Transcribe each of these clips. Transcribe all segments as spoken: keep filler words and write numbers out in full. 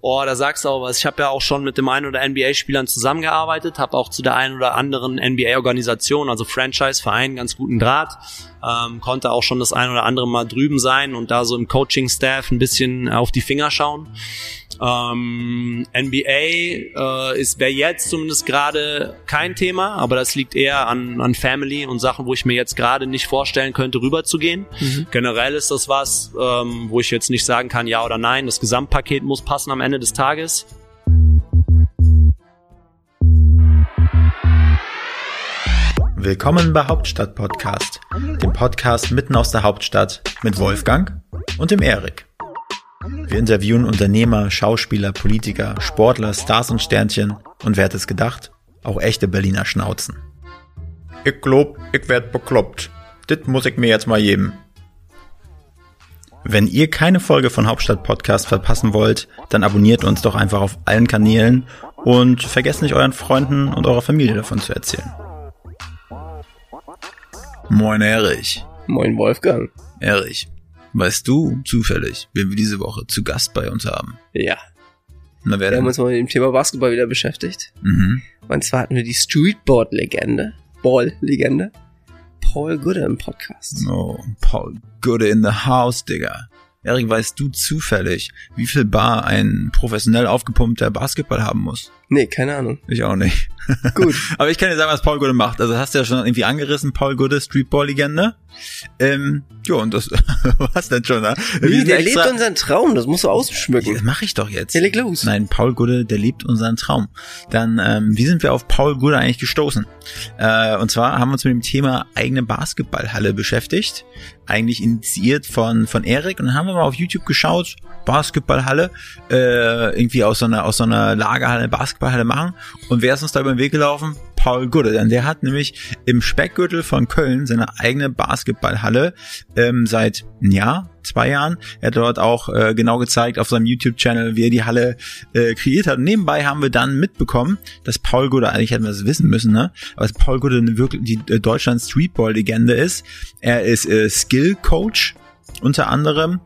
Oh, da sagst du auch was. Ich habe ja auch schon mit dem einen oder N B A-Spielern zusammengearbeitet, habe auch zu der einen oder anderen N B A-Organisation, also Franchise-Verein, ganz guten Draht. Ähm, konnte auch schon das ein oder andere Mal drüben sein und da so im Coaching-Staff ein bisschen auf die Finger schauen. Ähm, N B A äh, ist wäre jetzt zumindest gerade kein Thema, aber das liegt eher an, an Family und Sachen, wo ich mir jetzt gerade nicht vorstellen könnte, rüberzugehen. Mhm. Generell ist das was, ähm, wo ich jetzt nicht sagen kann, ja oder nein. Das Gesamtpaket muss passen am Ende des Tages. Willkommen bei Hauptstadt Podcast, dem Podcast mitten aus der Hauptstadt mit Wolfgang und dem Erik. Wir interviewen Unternehmer, Schauspieler, Politiker, Sportler, Stars und Sternchen und wer hätte es gedacht, auch echte Berliner Schnauzen. Ich glaub, ich werd bekloppt. Das muss ich mir jetzt mal geben. Wenn ihr keine Folge von Hauptstadt Podcast verpassen wollt, dann abonniert uns doch einfach auf allen Kanälen und vergesst nicht euren Freunden und eurer Familie davon zu erzählen. Moin Erich. Moin Wolfgang. Erich, weißt du zufällig, wen wir diese Woche zu Gast bei uns haben? Ja. Na, wer wir denn? haben uns mal mit dem Thema Basketball wieder beschäftigt. Mhm. Und zwar hatten wir die Streetboard-Legende, Ball-Legende, Paul Gude im Podcast. Oh, Paul Gude in the house, Digga. Erik, weißt du zufällig, wie viel Bar ein professionell aufgepumpter Basketball haben muss? Nee, keine Ahnung. Ich auch nicht. Gut. Aber ich kann dir sagen, was Paul Gude macht. Also hast du ja schon irgendwie angerissen, Paul Gude, Streetball-Legende. Ähm, ja, und das, was denn schon, ne? Nee, der extra lebt unseren Traum, das musst du ausschmücken. Das mache ich doch jetzt. Ja, leg los. Nein, Paul Gude, der lebt unseren Traum. Dann, ähm, wie sind wir auf Paul Gude eigentlich gestoßen? Äh, und zwar haben wir uns mit dem Thema eigene Basketballhalle beschäftigt. Eigentlich initiiert von, von Erik. Und dann haben wir mal auf YouTube geschaut, Basketballhalle, äh, irgendwie aus so einer, aus so einer Lagerhalle, Basketballhalle machen. Und wer ist uns da über den Weg gelaufen? Paul Gude, denn der hat nämlich im Speckgürtel von Köln seine eigene Basketballhalle ähm, seit ein Jahr, zwei Jahren. Er hat dort auch äh, genau gezeigt auf seinem YouTube-Channel, wie er die Halle äh, kreiert hat. Und nebenbei haben wir dann mitbekommen, dass Paul Gude, eigentlich hätten wir das wissen müssen, ne? Aber dass Paul Gude eine wirklich die äh, Deutschland Streetball-Legende ist. Er ist äh, Skill-Coach unter anderem.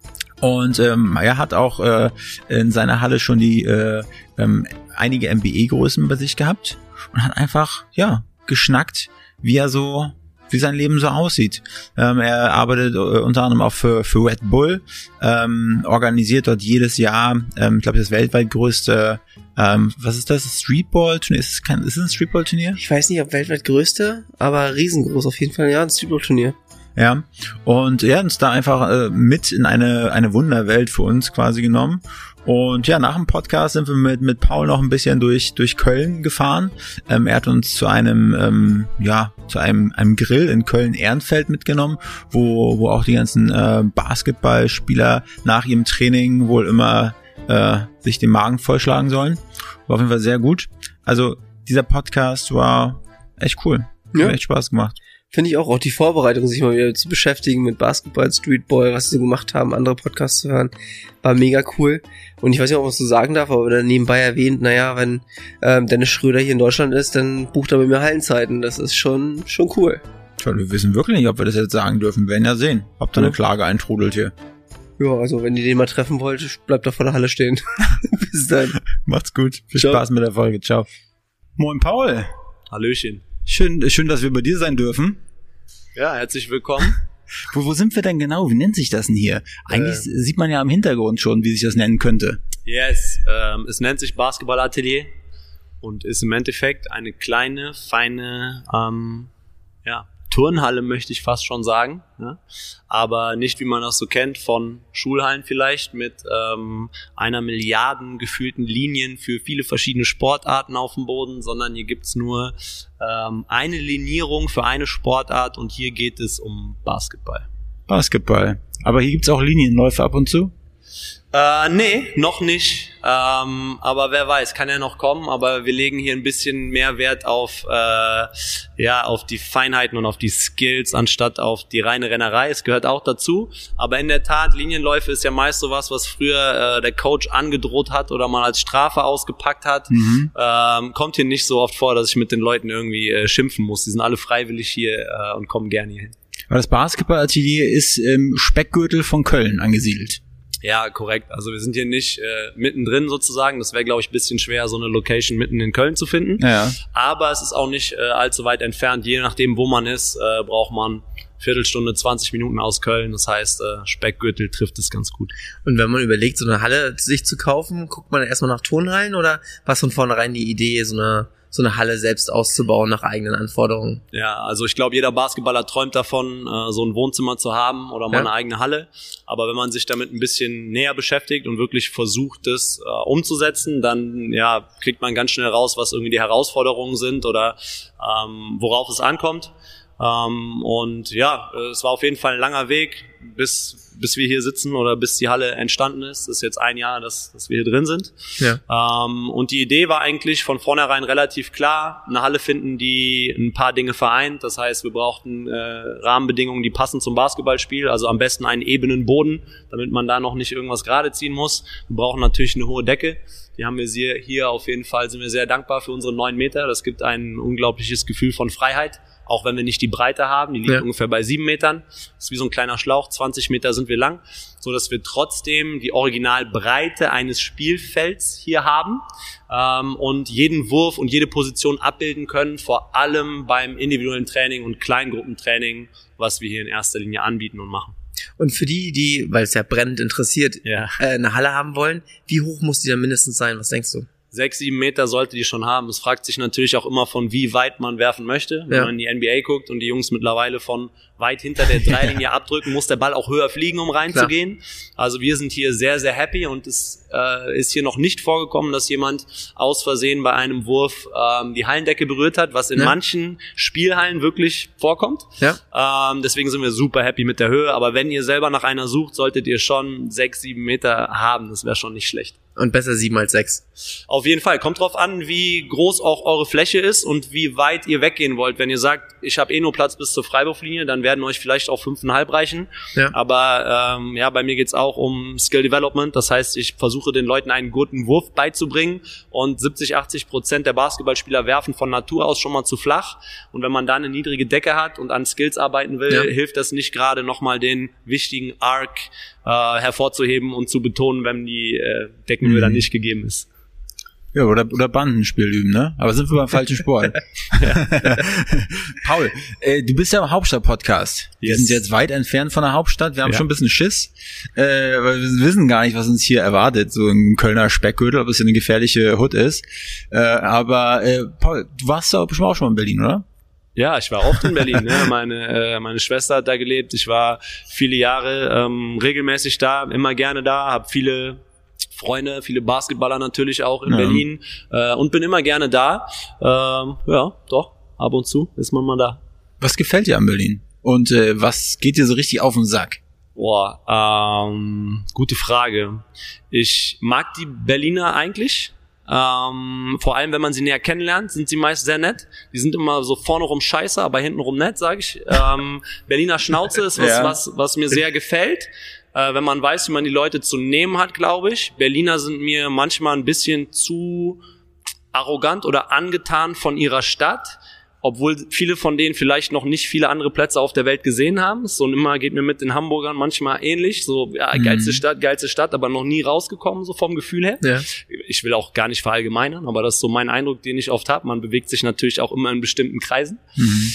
Und ähm, er hat auch äh, in seiner Halle schon die äh, ähm, einige N B A-Größen bei sich gehabt und hat einfach, ja, geschnackt, wie er so, wie sein Leben so aussieht. Ähm, er arbeitet äh, unter anderem auch für, für Red Bull, ähm, organisiert dort jedes Jahr, ähm, ich glaube, das weltweit größte, ähm, was ist das, Streetball-Turnier? Ist es, kein, ist es ein Streetball-Turnier? Ich weiß nicht, ob weltweit größte, aber riesengroß auf jeden Fall, ja, ein Streetball-Turnier. Ja, und er hat uns da einfach äh, mit in eine eine Wunderwelt für uns quasi genommen. Und ja, nach dem Podcast sind wir mit mit Paul noch ein bisschen durch durch Köln gefahren. Ähm, er hat uns zu einem ähm, ja zu einem einem Grill in Köln-Ehrenfeld mitgenommen, wo wo auch die ganzen äh, Basketballspieler nach ihrem Training wohl immer äh, sich den Magen vollschlagen sollen. War auf jeden Fall sehr gut. Also dieser Podcast war echt cool. Ja. Hat echt Spaß gemacht. Finde ich auch, auch die Vorbereitung, sich mal wieder zu beschäftigen mit Basketball, Streetball, was sie so gemacht haben, andere Podcasts zu hören, war mega cool. Und ich weiß nicht, ob man es so sagen darf, aber dann nebenbei erwähnt, naja, wenn ähm, Dennis Schröder hier in Deutschland ist, dann bucht er bei mir Hallenzeiten. Das ist schon schon cool. Tja, wir wissen wirklich nicht, ob wir das jetzt sagen dürfen. Wir werden ja sehen, ob da eine ja. Klage eintrudelt hier. Ja, also wenn ihr den mal treffen wollt, bleibt da vor der Halle stehen. Bis dann. Macht's gut. Viel Ciao. Spaß mit der Folge. Ciao. Moin Paul. Hallöchen. Schön, schön, dass wir bei dir sein dürfen. Ja, herzlich willkommen. Wo, wo sind wir denn genau? Wie nennt sich das denn hier? Eigentlich äh, sieht man ja im Hintergrund schon, wie sich das nennen könnte. Yes, ähm, es nennt sich Basketballatelier und ist im Endeffekt eine kleine, feine, ähm, ja, Turnhalle, möchte ich fast schon sagen, ja? Aber nicht, wie man das so kennt von Schulhallen vielleicht, mit ähm, einer Milliarden gefühlten Linien für viele verschiedene Sportarten auf dem Boden, sondern hier gibt's nur ähm, eine Linierung für eine Sportart und hier geht es um Basketball. Basketball. Aber hier gibt's auch Linienläufe ab und zu? Äh, nee, noch nicht. Ähm, aber wer weiß, kann ja noch kommen. Aber wir legen hier ein bisschen mehr Wert auf, äh, ja, auf die Feinheiten und auf die Skills, anstatt auf die reine Rennerei. Es gehört auch dazu. Aber in der Tat, Linienläufe ist ja meist sowas, was früher äh, der Coach angedroht hat oder mal als Strafe ausgepackt hat. Mhm. Ähm, kommt hier nicht so oft vor, dass ich mit den Leuten irgendwie äh, schimpfen muss. Die sind alle freiwillig hier äh, und kommen gerne hier hin. Aber das Basketballatelier ist im Speckgürtel von Köln angesiedelt. Ja, korrekt. Also wir sind hier nicht äh, mittendrin sozusagen. Das wäre, glaube ich, ein bisschen schwer, so eine Location mitten in Köln zu finden. Ja. Aber es ist auch nicht äh, allzu weit entfernt. Je nachdem, wo man ist, äh, braucht man Viertelstunde, zwanzig Minuten aus Köln. Das heißt, äh, Speckgürtel trifft es ganz gut. Und wenn man überlegt, so eine Halle sich zu kaufen, guckt man erstmal nach Turnhallen oder was von vornherein die Idee, so eine so eine Halle selbst auszubauen nach eigenen Anforderungen? Ja, also ich glaube, jeder Basketballer träumt davon, äh, so ein Wohnzimmer zu haben oder mal Ja. eine eigene Halle. Aber wenn man sich damit ein bisschen näher beschäftigt und wirklich versucht, das äh, umzusetzen, dann ja kriegt man ganz schnell raus, was irgendwie die Herausforderungen sind oder ähm, worauf es ankommt. Ähm, und ja, es war auf jeden Fall ein langer Weg, bis bis wir hier sitzen oder bis die Halle entstanden ist. Das ist jetzt ein Jahr, dass, dass wir hier drin sind. Ja. Ähm, und die Idee war eigentlich von vornherein relativ klar, eine Halle finden, die ein paar Dinge vereint. Das heißt, wir brauchten äh, Rahmenbedingungen, die passen zum Basketballspiel, also am besten einen ebenen Boden, damit man da noch nicht irgendwas gerade ziehen muss. Wir brauchen natürlich eine hohe Decke. Die haben wir hier, hier auf jeden Fall, sind wir sehr dankbar für unsere neun Meter. Das gibt ein unglaubliches Gefühl von Freiheit. Auch wenn wir nicht die Breite haben, die liegt Ja. ungefähr bei sieben Metern. Das ist wie so ein kleiner Schlauch, zwanzig Meter sind wir lang, so dass wir trotzdem die Originalbreite eines Spielfelds hier haben ähm, und jeden Wurf und jede Position abbilden können, vor allem beim individuellen Training und Kleingruppentraining, was wir hier in erster Linie anbieten und machen. Und für die, die, weil es ja brennend interessiert, Ja. äh, eine Halle haben wollen, wie hoch muss die dann mindestens sein? Was denkst du? Sechs, sieben Meter sollte die schon haben. Es fragt sich natürlich auch immer, von wie weit man werfen möchte. Wenn Ja. man in die N B A guckt und die Jungs mittlerweile von weit hinter der Dreilinie abdrücken, muss der Ball auch höher fliegen, um reinzugehen. Also wir sind hier sehr, sehr happy und es äh, ist hier noch nicht vorgekommen, dass jemand aus Versehen bei einem Wurf ähm, die Hallendecke berührt hat, was in Ja. manchen Spielhallen wirklich vorkommt. Ja. Ähm, deswegen sind wir super happy mit der Höhe. Aber wenn ihr selber nach einer sucht, solltet ihr schon sechs, sieben Meter haben. Das wäre schon nicht schlecht. Und besser sieben als sechs. Auf jeden Fall. Kommt drauf an, wie groß auch eure Fläche ist und wie weit ihr weggehen wollt. Wenn ihr sagt, ich habe eh nur Platz bis zur Freiwurflinie, dann werden euch vielleicht auch fünfeinhalb reichen. Ja. Aber ähm, ja, bei mir geht's auch um Skill Development. Das heißt, ich versuche den Leuten einen guten Wurf beizubringen und siebzig, achtzig Prozent der Basketballspieler werfen von Natur aus schon mal zu flach. Und wenn man da eine niedrige Decke hat und an Skills arbeiten will, Ja. hilft das nicht gerade nochmal den wichtigen Arc äh, hervorzuheben und zu betonen, wenn die äh, Deckenhöhe Mhm. dann nicht gegeben ist. Ja, oder, oder Bandenspiel üben, ne? Aber sind wir beim falschen Sport. Paul, äh, du bist ja im Hauptstadt-Podcast. Wir Yes. sind jetzt weit entfernt von der Hauptstadt. Wir haben Ja. schon ein bisschen Schiss, äh, weil wir wissen gar nicht, was uns hier erwartet. So ein Kölner Speckgürtel, ob es hier eine gefährliche Hood ist. Äh, aber äh, Paul, du warst doch bestimmt auch schon mal in Berlin, oder? Ja, ich war oft in Berlin. Ne? Meine, äh, meine Schwester hat da gelebt. Ich war viele Jahre ähm, regelmäßig da, immer gerne da, habe viele Freunde, viele Basketballer natürlich auch in Ja. Berlin äh, und bin immer gerne da. Ähm, ja, doch, ab und zu ist man mal da. Was gefällt dir an Berlin? Und äh, was geht dir so richtig auf den Sack? Boah, ähm, gute Frage. Ich mag die Berliner eigentlich. Ähm, vor allem, wenn man sie näher kennenlernt, sind sie meist sehr nett. Die sind immer so vorne rum scheiße, aber hinten rum nett, sage ich. Ähm, Berliner Schnauze ist was, Ja. was, was mir sehr gefällt. Äh, wenn man weiß, wie man die Leute zu nehmen hat, glaube ich. Berliner sind mir manchmal ein bisschen zu arrogant oder angetan von ihrer Stadt, obwohl viele von denen vielleicht noch nicht viele andere Plätze auf der Welt gesehen haben. So immer geht mir mit den Hamburgern manchmal ähnlich. So, ja, geilste Mhm. Stadt, geilste Stadt, aber noch nie rausgekommen, so vom Gefühl her. Ja. Ich will auch gar nicht verallgemeinern, aber das ist so mein Eindruck, den ich oft habe. Man bewegt sich natürlich auch immer in bestimmten Kreisen. Mhm.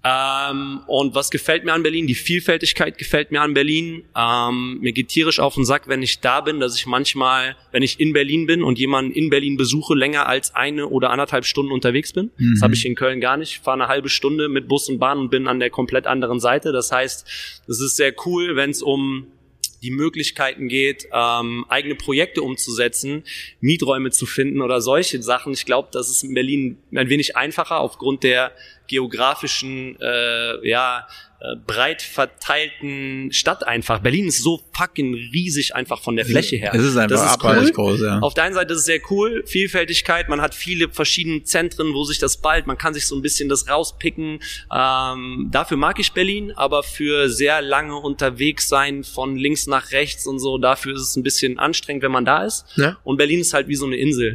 Ähm, und was gefällt mir an Berlin? Die Vielfältigkeit gefällt mir an Berlin. Ähm, mir geht tierisch auf den Sack, wenn ich da bin, dass ich manchmal, wenn ich in Berlin bin und jemanden in Berlin besuche, länger als eine oder anderthalb Stunden unterwegs bin. Mhm. Das habe ich in Köln gar nicht. Ich fahre eine halbe Stunde mit Bus und Bahn und bin an der komplett anderen Seite. Das heißt, es ist sehr cool, wenn es um die Möglichkeiten geht, ähm, eigene Projekte umzusetzen, Mieträume zu finden oder solche Sachen. Ich glaube, das ist in Berlin ein wenig einfacher aufgrund der geografischen, äh, ja, äh, breit verteilten Stadt einfach. Berlin ist so fucking riesig einfach von der Fläche her. Es ist einfach Das ist abartig cool. groß, ja. Auf der einen Seite ist es sehr cool, Vielfältigkeit, man hat viele verschiedene Zentren, wo sich das ballt, man kann sich so ein bisschen das rauspicken. Ähm, dafür mag ich Berlin, aber für sehr lange unterwegs sein, von links nach rechts und so, dafür ist es ein bisschen anstrengend, wenn man da ist. Ja. Und Berlin ist halt wie so eine Insel.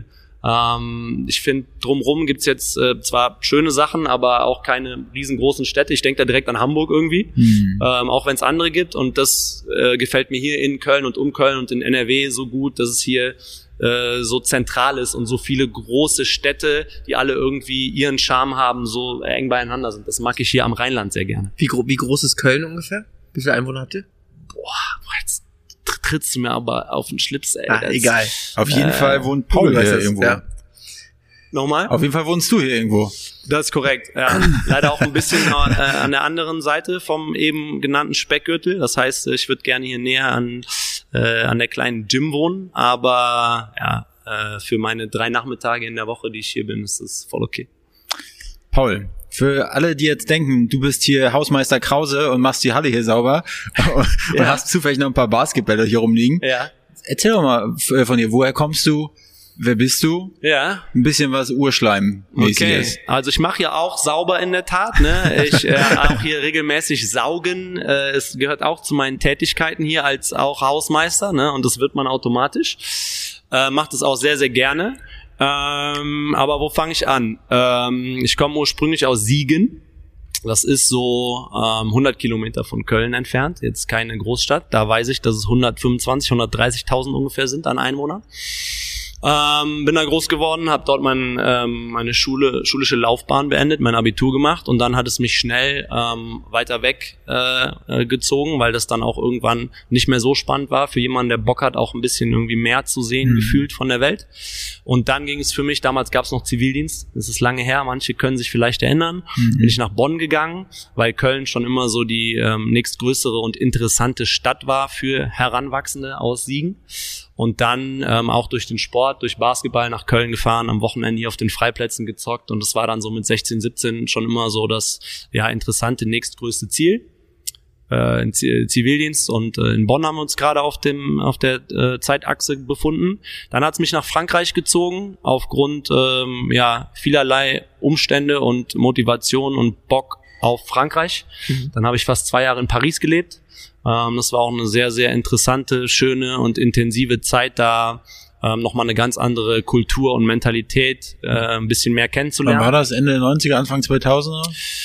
Ähm, ich finde, drumherum gibt's jetzt äh, zwar schöne Sachen, aber auch keine riesengroßen Städte. Ich denke da direkt an Hamburg irgendwie, mhm. ähm, auch wenn es andere gibt. Und das äh, gefällt mir hier in Köln und um Köln und in N R W so gut, dass es hier äh, so zentral ist und so viele große Städte, die alle irgendwie ihren Charme haben, so eng beieinander sind. Das mag ich hier am Rheinland sehr gerne. Wie, gro- wie groß ist Köln ungefähr? Wie viele Einwohner habt ihr? Boah, jetzt trittst du mir aber auf den Schlips, ey. Ach, das, egal. Auf jeden äh, Fall wohnt Paul hier das, irgendwo. Ja. Nochmal? Auf jeden Fall wohnst du hier irgendwo. Das ist korrekt, ja. Leider auch ein bisschen äh, an der anderen Seite vom eben genannten Speckgürtel. Das heißt, ich würde gerne hier näher an, äh, an der kleinen Gym wohnen. Aber ja, äh, für meine drei Nachmittage in der Woche, die ich hier bin, ist das voll okay. Paul, für alle, die jetzt denken, du bist hier Hausmeister Krause und machst die Halle hier sauber und Ja. hast zufällig noch ein paar Basketballer hier rumliegen. Ja. Erzähl doch mal von dir, woher kommst du? Wer bist du? Ja. Ein bisschen was Urschleim-mäßiges. Okay, also ich mache ja auch sauber in der Tat, ne? Ich äh, auch hier regelmäßig saugen. Äh, es gehört auch zu meinen Tätigkeiten hier als auch Hausmeister, ne? Und das wird man automatisch. Äh, macht es auch sehr, sehr gerne. Ähm, aber wo fange ich an? Ähm, ich komme ursprünglich aus Siegen. Das ist so ähm, hundert Kilometer von Köln entfernt. Jetzt keine Großstadt. Da weiß ich, dass es hundertfünfundzwanzig, hundertdreißigtausend ungefähr sind an Einwohnern. Ähm, bin da groß geworden, habe dort mein, ähm, meine Schule, schulische Laufbahn beendet, mein Abitur gemacht und dann hat es mich schnell ähm, weiter weg äh, äh, gezogen, weil das dann auch irgendwann nicht mehr so spannend war für jemanden, der Bock hat, auch ein bisschen irgendwie mehr zu sehen, mhm. gefühlt von der Welt. Und dann ging es für mich, damals gab es noch Zivildienst, das ist lange her, manche können sich vielleicht erinnern, mhm. bin ich nach Bonn gegangen, weil Köln schon immer so die ähm, nächstgrößere und interessante Stadt war für Heranwachsende aus Siegen. Und dann ähm, auch durch den Sport, durch Basketball nach Köln gefahren, am Wochenende hier auf den Freiplätzen gezockt. Und das war dann so mit sechzehn, siebzehn schon immer so das ja interessante nächstgrößte Ziel. Äh, in Z- Zivildienst. Und äh, in Bonn haben wir uns gerade auf dem auf der äh, Zeitachse befunden. Dann hat's mich nach Frankreich gezogen, aufgrund ähm, ja vielerlei Umstände und Motivation und Bock auf Frankreich. Mhm. Dann habe ich fast zwei Jahre in Paris gelebt. Ähm, das war auch eine sehr, sehr interessante, schöne und intensive Zeit, da ähm, nochmal eine ganz andere Kultur und Mentalität äh, ein bisschen mehr kennenzulernen. Wann war das? Ende der neunziger, Anfang zweitausender?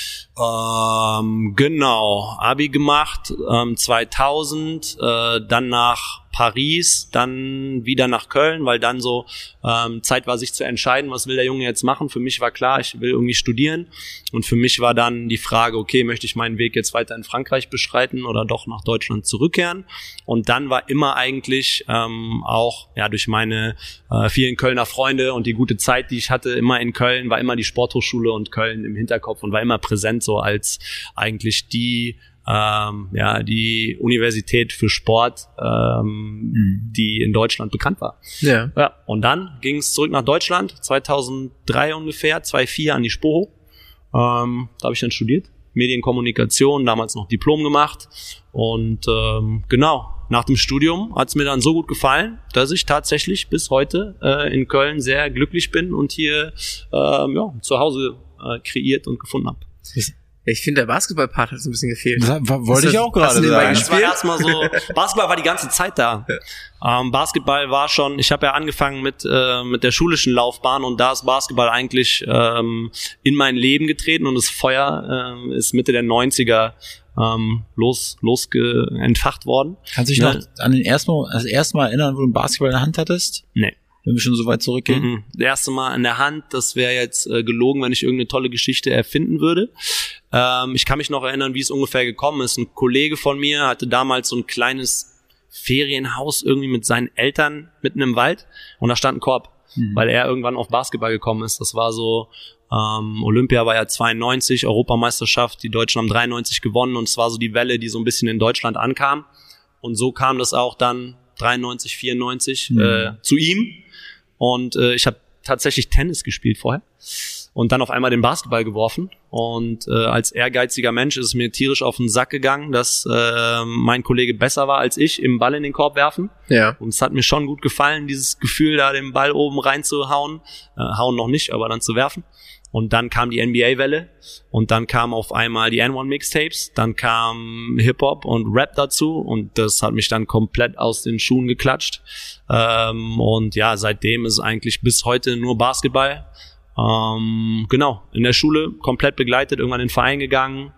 Ähm, genau, Abi gemacht, ähm, zweitausend, äh, dann nach Paris, dann wieder nach Köln, weil dann so ähm, Zeit war, sich zu entscheiden, was will der Junge jetzt machen. Für mich war klar, ich will irgendwie studieren und für mich war dann die Frage, okay, möchte ich meinen Weg jetzt weiter in Frankreich beschreiten oder doch nach Deutschland zurückkehren? Und dann war immer eigentlich ähm, auch ja durch meine äh, vielen Kölner Freunde und die gute Zeit, die ich hatte, immer in Köln, war immer die Sporthochschule und Köln im Hinterkopf und war immer präsent so als eigentlich die Ähm, ja, die Universität für Sport, ähm, mhm. die in Deutschland bekannt war. Ja. Ja. Und dann ging es zurück nach Deutschland, zweitausenddrei ungefähr, zweitausendvier an die Spoho. Ähm, da habe ich dann studiert, Medienkommunikation, damals noch Diplom gemacht. Und ähm, genau, nach dem Studium hat es mir dann so gut gefallen, dass ich tatsächlich bis heute äh, in Köln sehr glücklich bin und hier ähm, ja, zu Hause äh, kreiert und gefunden habe. Ich finde, der Basketball-Part hat so ein bisschen gefehlt. Das wollte ich auch gerade sagen. Das war erstmal so, Basketball war die ganze Zeit da. Ähm, Basketball war schon, ich habe ja angefangen mit äh, mit der schulischen Laufbahn und da ist Basketball eigentlich ähm, in mein Leben getreten und das Feuer äh, ist Mitte der neunziger ähm, los los ge- entfacht worden. Kannst du dich Ne? noch an den ersten Mal, das erste Mal erinnern, wo du einen Basketball in der Hand hattest? Nee. Wenn wir schon so weit zurückgehen? Mhm. Das erste Mal in der Hand, das wäre jetzt äh, gelogen, wenn ich irgendeine tolle Geschichte erfinden würde. Ähm, ich kann mich noch erinnern, wie es ungefähr gekommen ist. Ein Kollege von mir hatte damals so ein kleines Ferienhaus irgendwie mit seinen Eltern mitten im Wald und da stand ein Korb, mhm. weil er irgendwann auf Basketball gekommen ist. Das war so, ähm, Olympia war ja zweiundneunzig, Europameisterschaft, die Deutschen haben dreiundneunzig gewonnen und es war so die Welle, die so ein bisschen in Deutschland ankam. Und so kam das auch dann dreiundneunzig, vierundneunzig mhm. äh, zu ihm. Und äh, ich habe tatsächlich Tennis gespielt vorher. und dann auf einmal den Basketball geworfen. Und äh, als ehrgeiziger Mensch ist es mir tierisch auf den Sack gegangen, dass äh, mein Kollege besser war als ich im Ball in den Korb werfen. Ja. Und es hat mir schon gut gefallen, dieses Gefühl, da den Ball oben reinzuhauen. Äh, hauen noch nicht, aber dann zu werfen. Und dann kam die N B A-Welle und dann kam auf einmal die N eins Mixtapes, dann kam Hip-Hop und Rap dazu und das hat mich dann komplett aus den Schuhen geklatscht. Ähm, und ja, seitdem ist es eigentlich bis heute nur Basketball. Ähm, genau, in der Schule komplett begleitet, irgendwann in den Verein gegangen.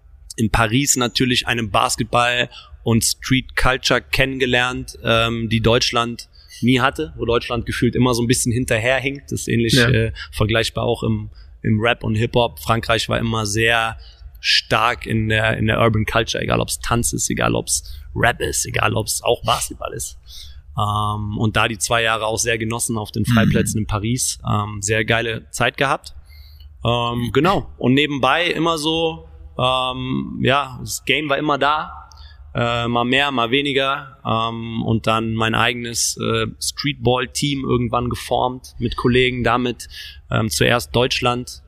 In Paris natürlich eine Basketball- und Street-Culture kennengelernt, ähm, die Deutschland nie hatte, wo Deutschland gefühlt immer so ein bisschen hinterherhinkt. Das ist ähnlich ja. äh, vergleichbar auch im, im Rap und Hip-Hop. Frankreich war immer sehr stark in der, in der Urban Culture, egal ob es Tanz ist, egal ob es Rap ist, egal ob es auch Basketball ist. Ähm, und da die zwei Jahre auch sehr genossen auf den Freiplätzen mhm. in Paris. Ähm, sehr geile Zeit gehabt. Ähm, genau. Und nebenbei immer so, ähm, ja, das Game war immer da. Äh, mal mehr, mal weniger. Ähm, und dann mein eigenes äh, Streetball-Team irgendwann geformt mit Kollegen. Damit ähm, zuerst Deutschland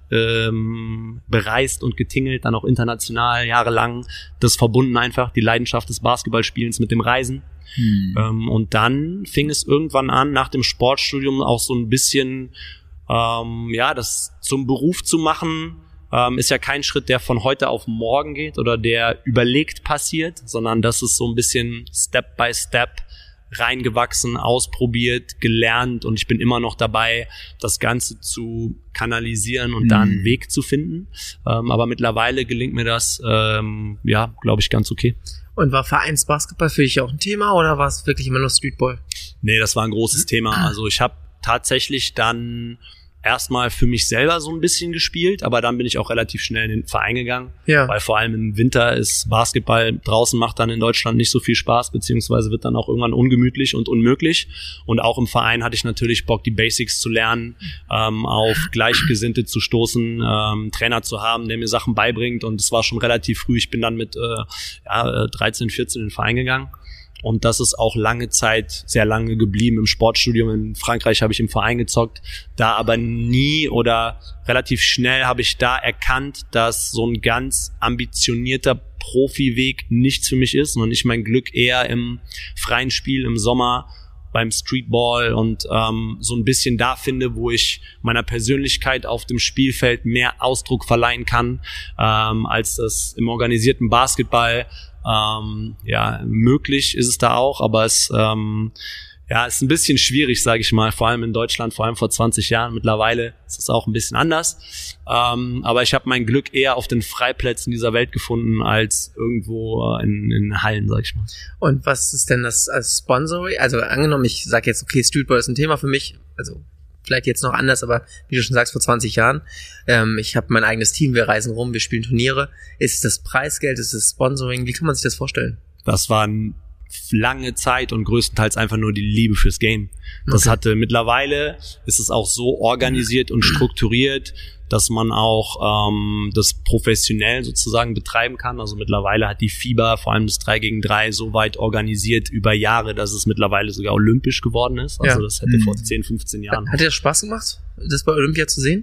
ähm, bereist und getingelt, dann auch international jahrelang. Das verbunden einfach, die Leidenschaft des Basketballspielens mit dem Reisen. Hm. Ähm, und dann fing es irgendwann an, nach dem Sportstudium auch so ein bisschen, ähm, ja, das zum Beruf zu machen. Ähm, ist ja kein Schritt, der von heute auf morgen geht oder der überlegt passiert, sondern das ist so ein bisschen Step by Step reingewachsen, ausprobiert, gelernt und ich bin immer noch dabei, das Ganze zu kanalisieren und mhm. da einen Weg zu finden. Ähm, aber mittlerweile gelingt mir das, ähm, ja, glaube ich, ganz okay. Und war Vereinsbasketball für dich auch ein Thema oder war es wirklich immer nur Streetball? Nee, das war ein großes Thema. Also ich habe tatsächlich dann erstmal für mich selber so ein bisschen gespielt, aber dann bin ich auch relativ schnell in den Verein gegangen, ja. weil vor allem im Winter ist Basketball draußen macht dann in Deutschland nicht so viel Spaß, beziehungsweise wird dann auch irgendwann ungemütlich und unmöglich und auch im Verein hatte ich natürlich Bock, die Basics zu lernen, ähm, auf Gleichgesinnte zu stoßen, ähm, Trainer zu haben, der mir Sachen beibringt und es war schon relativ früh, ich bin dann mit äh, ja, dreizehn, vierzehn in den Verein gegangen. Und das ist auch lange Zeit, sehr lange geblieben im Sportstudium. In Frankreich habe ich im Verein gezockt, da aber nie oder relativ schnell habe ich da erkannt, dass so ein ganz ambitionierter Profiweg nichts für mich ist, sondern ich mein Glück eher im freien Spiel im Sommer beim Streetball und ähm, so ein bisschen da finde, wo ich meiner Persönlichkeit auf dem Spielfeld mehr Ausdruck verleihen kann, ähm, als das im organisierten Basketball. Ähm, ja, möglich ist es da auch, aber es ähm, ja, ist ein bisschen schwierig, sage ich mal, vor allem in Deutschland, vor allem vor zwanzig Jahren. Mittlerweile ist es auch ein bisschen anders. Ähm, aber ich habe mein Glück eher auf den Freiplätzen dieser Welt gefunden, als irgendwo in, in Hallen, sag ich mal. Und was ist denn das als Sponsoring? Also angenommen, ich sage jetzt, okay, Streetball ist ein Thema für mich, also vielleicht jetzt noch anders, aber wie du schon sagst, vor zwanzig Jahren. Ähm, ich habe mein eigenes Team, wir reisen rum, wir spielen Turniere. Ist es das Preisgeld, ist es Sponsoring? Wie kann man sich das vorstellen? Das war eine lange Zeit und größtenteils einfach nur die Liebe fürs Game. Das okay. hatte mittlerweile, ist es auch so organisiert und strukturiert, dass man auch ähm, das professionell sozusagen betreiben kann. Also mittlerweile hat die FIBA vor allem das drei gegen drei so weit organisiert über Jahre, dass es mittlerweile sogar olympisch geworden ist. Also ja. das hätte mhm. vor zehn, fünfzehn Jahren. Hat dir das Spaß gemacht, das bei Olympia zu sehen?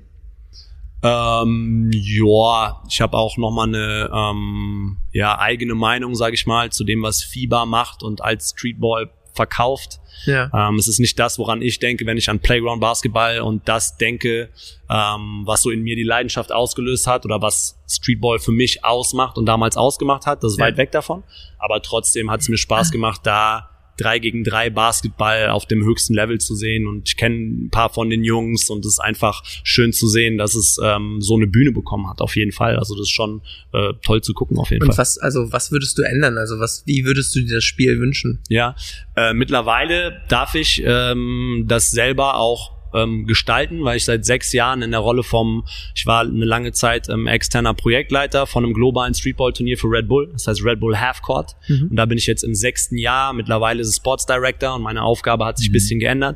Ähm, ja, ich habe auch nochmal eine ähm, ja, eigene Meinung, sage ich mal, zu dem, was FIBA macht und als Streetball verkauft. Ja. Ähm, es ist nicht das, woran ich denke, wenn ich an Playground Basketball und das denke, ähm, was so in mir die Leidenschaft ausgelöst hat oder was Streetball für mich ausmacht und damals ausgemacht hat. Das ist ja. weit weg davon. Aber trotzdem hat es mir Spaß gemacht, da drei gegen drei Basketball auf dem höchsten Level zu sehen und ich kenne ein paar von den Jungs und es ist einfach schön zu sehen, dass es ähm, so eine Bühne bekommen hat, auf jeden Fall. Also das ist schon äh, toll zu gucken, auf jeden und Fall. Und was, also was würdest du ändern? Also was, wie würdest du dir das Spiel wünschen? Ja, äh, mittlerweile darf ich ähm, das selber auch ähm, gestalten, weil ich seit sechs Jahren in der Rolle vom, ich war eine lange Zeit ähm, externer Projektleiter von einem globalen Streetball-Turnier für Red Bull, das heißt Red Bull Half Court. Mhm. Und da bin ich jetzt im sechsten Jahr, mittlerweile ist es Sports Director und meine Aufgabe hat sich mhm. ein bisschen geändert.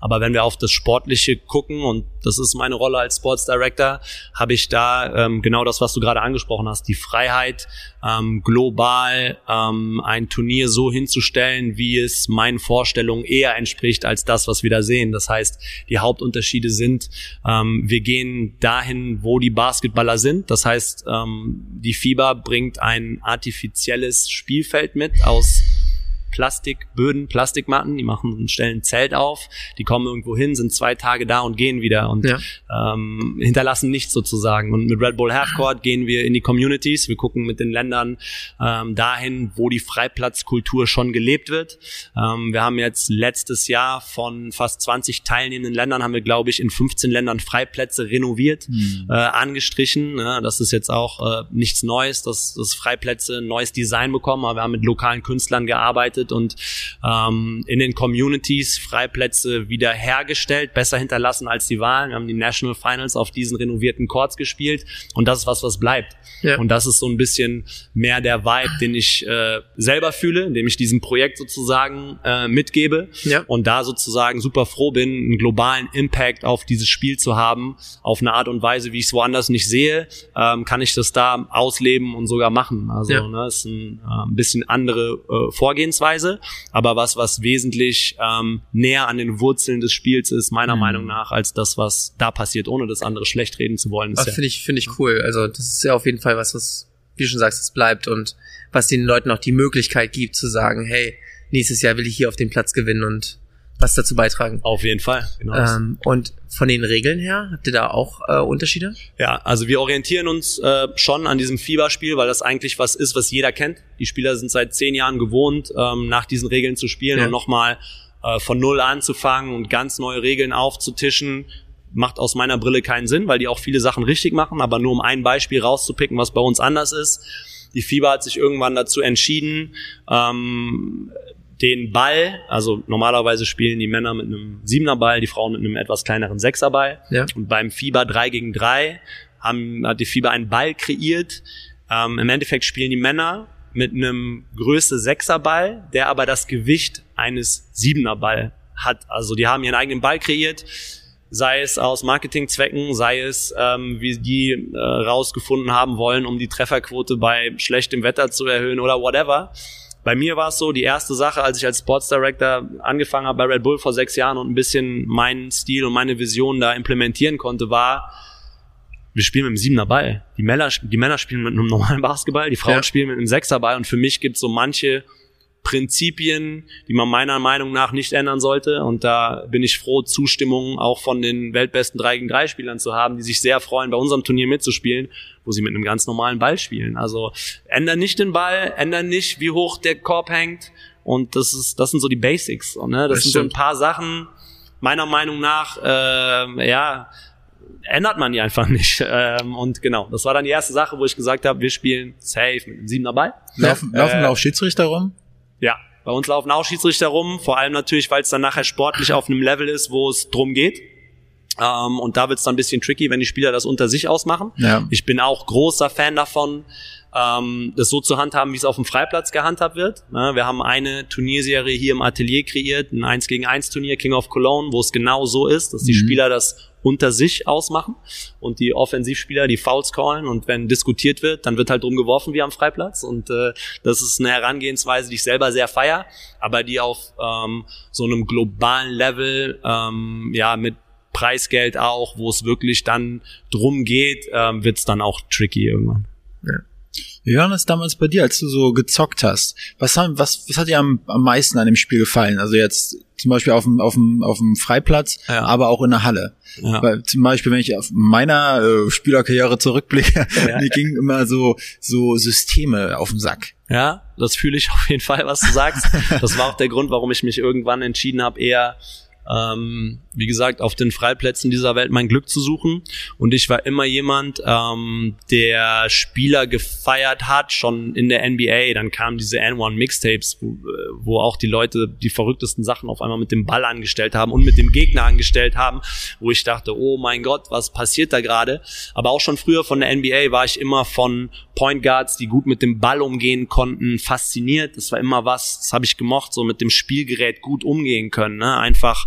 Aber wenn wir auf das Sportliche gucken, und das ist meine Rolle als Sports Director, habe ich da ähm, genau das, was du gerade angesprochen hast, die Freiheit, ähm, global ähm, ein Turnier so hinzustellen, wie es meinen Vorstellungen eher entspricht, als das, was wir da sehen. Das heißt, die Hauptunterschiede sind, ähm, wir gehen dahin, wo die Basketballer sind. Das heißt, ähm, die FIBA bringt ein artifizielles Spielfeld mit aus Plastikböden, Plastikmatten, die machen, stellen ein Zelt auf, die kommen irgendwo hin, sind zwei Tage da und gehen wieder und ja. ähm, hinterlassen nichts sozusagen. Und mit Red Bull Halfcourt gehen wir in die Communities, wir gucken mit den Ländern ähm, dahin, wo die Freiplatzkultur schon gelebt wird. Ähm, wir haben jetzt letztes Jahr von fast zwanzig teilnehmenden Ländern, haben wir, glaube ich, in fünfzehn Ländern Freiplätze renoviert, mhm. äh, angestrichen. Ja, das ist jetzt auch äh, nichts Neues, dass, dass Freiplätze ein neues Design bekommen, aber wir haben mit lokalen Künstlern gearbeitet und ähm, in den Communities Freiplätze wieder hergestellt, besser hinterlassen als die waren. Wir haben die National Finals auf diesen renovierten Courts gespielt und das ist was, was bleibt. Ja. Und das ist so ein bisschen mehr der Vibe, den ich äh, selber fühle, indem ich diesem Projekt sozusagen äh, mitgebe ja. und da sozusagen super froh bin, einen globalen Impact auf dieses Spiel zu haben, auf eine Art und Weise, wie ich es woanders nicht sehe, ähm, kann ich das da ausleben und sogar machen. Also ja. ne, ist ein, äh, ein bisschen andere äh, Vorgehensweise. Aber was, was wesentlich ähm, näher an den Wurzeln des Spiels ist, meiner mhm. Meinung nach, als das, was da passiert, ohne das andere schlecht reden zu wollen. Das ja. finde ich, finde ich cool. Also das ist ja auf jeden Fall was, was, wie du schon sagst, es bleibt und was den Leuten auch die Möglichkeit gibt zu sagen, hey, nächstes Jahr will ich hier auf dem Platz gewinnen und was dazu beitragen. Auf jeden Fall. Genau. Ähm, und von den Regeln her, habt ihr da auch äh, Unterschiede? Ja, also wir orientieren uns äh, schon an diesem FIBA-Spiel, weil das eigentlich was ist, was jeder kennt. Die Spieler sind seit zehn Jahren gewohnt, ähm, nach diesen Regeln zu spielen ja. und nochmal äh, von Null anzufangen und ganz neue Regeln aufzutischen. Macht aus meiner Brille keinen Sinn, weil die auch viele Sachen richtig machen, aber nur um ein Beispiel rauszupicken, was bei uns anders ist. Die FIBA hat sich irgendwann dazu entschieden, ähm, den Ball, also normalerweise spielen die Männer mit einem Siebener Ball, die Frauen mit einem etwas kleineren Sechser Ball. Ja. Und beim FIBA drei gegen drei haben, hat die FIBA einen Ball kreiert. Ähm, im Endeffekt spielen die Männer mit einem Größe Sechser Ball, der aber das Gewicht eines Siebener Ball hat. Also die haben ihren eigenen Ball kreiert, sei es aus Marketingzwecken, sei es, ähm, wie die äh, rausgefunden haben wollen, um die Trefferquote bei schlechtem Wetter zu erhöhen oder whatever. Bei mir war es so, die erste Sache, als ich als Sports Director angefangen habe bei Red Bull vor sechs Jahren und ein bisschen meinen Stil und meine Vision da implementieren konnte, war, wir spielen mit einem Siebener Ball. Die Männer, die Männer spielen mit einem normalen Basketball, die Frauen ja. spielen mit einem Sechser Ball und für mich gibt es so manche Prinzipien, die man meiner Meinung nach nicht ändern sollte und da bin ich froh, Zustimmung auch von den weltbesten drei gegen drei Spielern zu haben, die sich sehr freuen, bei unserem Turnier mitzuspielen, wo sie mit einem ganz normalen Ball spielen. Also ändern nicht den Ball, ändern nicht, wie hoch der Korb hängt und das ist, das sind so die Basics. Ne? Das, das sind stimmt. so ein paar Sachen, meiner Meinung nach, äh, ja, ändert man die einfach nicht. Ähm, und genau, das war dann die erste Sache, wo ich gesagt habe, wir spielen safe mit einem Siebener Ball. Laufen, äh, laufen auch Schiedsrichter rum? Ja, bei uns laufen auch Schiedsrichter rum, vor allem natürlich, weil es dann nachher sportlich auf einem Level ist, wo es drum geht. Ähm, und da wird es dann ein bisschen tricky, wenn die Spieler das unter sich ausmachen. Ja. Ich bin auch großer Fan davon, ähm, das so zu handhaben, wie es auf dem Freiplatz gehandhabt wird. Ja, wir haben eine Turnierserie hier im Atelier kreiert, ein eins gegen eins Turnier, King of Cologne, wo es genau so ist, dass die mhm. Spieler das unter sich ausmachen und die Offensivspieler die Fouls callen und wenn diskutiert wird, dann wird halt drum geworfen wie am Freiplatz und äh, das ist eine Herangehensweise, die ich selber sehr feier, aber die auf ähm, so einem globalen Level ähm, ja mit Preisgeld auch, wo es wirklich dann drum geht, ähm, wird's dann auch tricky irgendwann. Ja. Wie war das damals bei dir, als du so gezockt hast? Was, haben, was, was hat dir am, am meisten an dem Spiel gefallen? Also jetzt zum Beispiel auf dem, auf dem, auf dem Freiplatz, ja. aber auch in der Halle. Ja. Weil zum Beispiel, wenn ich auf meiner äh, Spielerkarriere zurückblicke, ja. mir gingen immer so, so Systeme auf den Sack. Ja, das fühle ich auf jeden Fall, was du sagst. Das war auch der Grund, warum ich mich irgendwann entschieden habe, eher Ähm, wie gesagt, auf den Freiplätzen dieser Welt mein Glück zu suchen. Und ich war immer jemand, ähm, der Spieler gefeiert hat, schon in der N B A. Dann kamen diese N eins Mixtapes, wo, wo auch die Leute die verrücktesten Sachen auf einmal mit dem Ball angestellt haben und mit dem Gegner angestellt haben, wo ich dachte, oh mein Gott, was passiert da gerade? Aber auch schon früher von der N B A war ich immer von Point Guards, die gut mit dem Ball umgehen konnten, fasziniert. Das war immer was, das habe ich gemocht, so mit dem Spielgerät gut umgehen können, ne? Einfach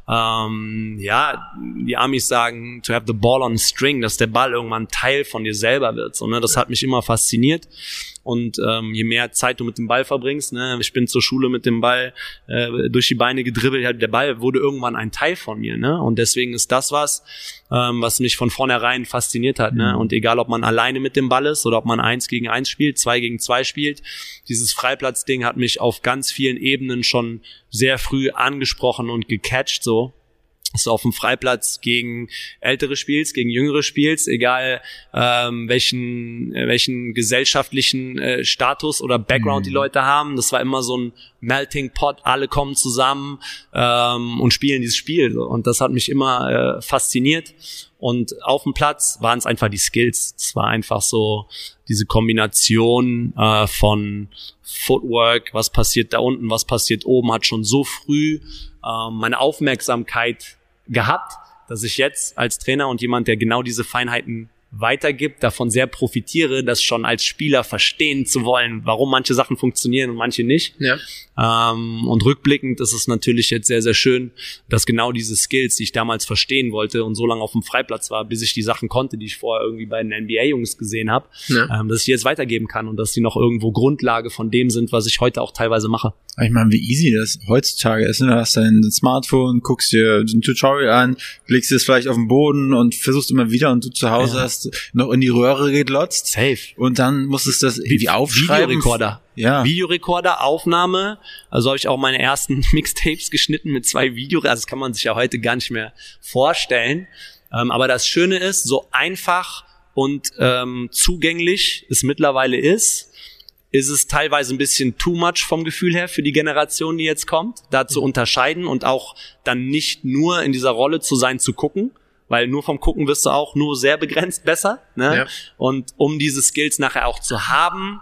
ähm, ja, die Amis sagen, to have the ball on string, dass der Ball irgendwann Teil von dir selber wird. So, ne? Das hat mich immer fasziniert. Und ähm, je mehr Zeit du mit dem Ball verbringst, ne, ich bin zur Schule mit dem Ball äh, durch die Beine gedribbelt, ja, der Ball wurde irgendwann ein Teil von mir, ne? Und deswegen ist das was, ähm, was mich von vornherein fasziniert hat, ne? Und egal, ob man alleine mit dem Ball ist oder ob man eins gegen eins spielt, zwei gegen zwei spielt, dieses Freiplatzding hat mich auf ganz vielen Ebenen schon sehr früh angesprochen und gecatcht, so. Dass du auf dem Freiplatz gegen Ältere spielst, gegen Jüngere spielst, egal ähm, welchen welchen gesellschaftlichen äh, Status oder Background mhm. die Leute haben. Das war immer so ein Melting Pot, alle kommen zusammen ähm, und spielen dieses Spiel. Und das hat mich immer äh, fasziniert. Und auf dem Platz waren es einfach die Skills. Es war einfach so diese Kombination äh, von Footwork, was passiert da unten, was passiert oben, hat schon so früh äh, meine Aufmerksamkeit gehabt, dass ich jetzt als Trainer und jemand, der genau diese Feinheiten weitergibt, davon sehr profitiere, das schon als Spieler verstehen zu wollen, warum manche Sachen funktionieren und manche nicht. Ja. Ähm, und rückblickend ist es natürlich jetzt sehr, sehr schön, dass genau diese Skills, die ich damals verstehen wollte und so lange auf dem Freiplatz war, bis ich die Sachen konnte, die ich vorher irgendwie bei den N B A-Jungs gesehen habe, ja. ähm, dass ich die jetzt weitergeben kann und dass die noch irgendwo Grundlage von dem sind, was ich heute auch teilweise mache. Ich meine, wie easy das heutzutage ist. Du hast dein Smartphone, guckst dir ein Tutorial an, legst es vielleicht auf den Boden und versuchst immer wieder und du zu Hause ja. hast noch in die Röhre gelotzt. Safe. Und dann musstest du das irgendwie aufschreiben. Videorekorder. Ja. Videorekorder, Aufnahme. Also habe ich auch meine ersten Mixtapes geschnitten mit zwei Videos. Also das kann man sich ja heute gar nicht mehr vorstellen. Ähm, aber das Schöne ist, so einfach und ähm, zugänglich es mittlerweile ist, ist es teilweise ein bisschen too much vom Gefühl her für die Generation, die jetzt kommt, da zu unterscheiden und auch dann nicht nur in dieser Rolle zu sein, zu gucken, weil nur vom Gucken wirst du auch nur sehr begrenzt besser, ne? Ja. Und um diese Skills nachher auch zu haben,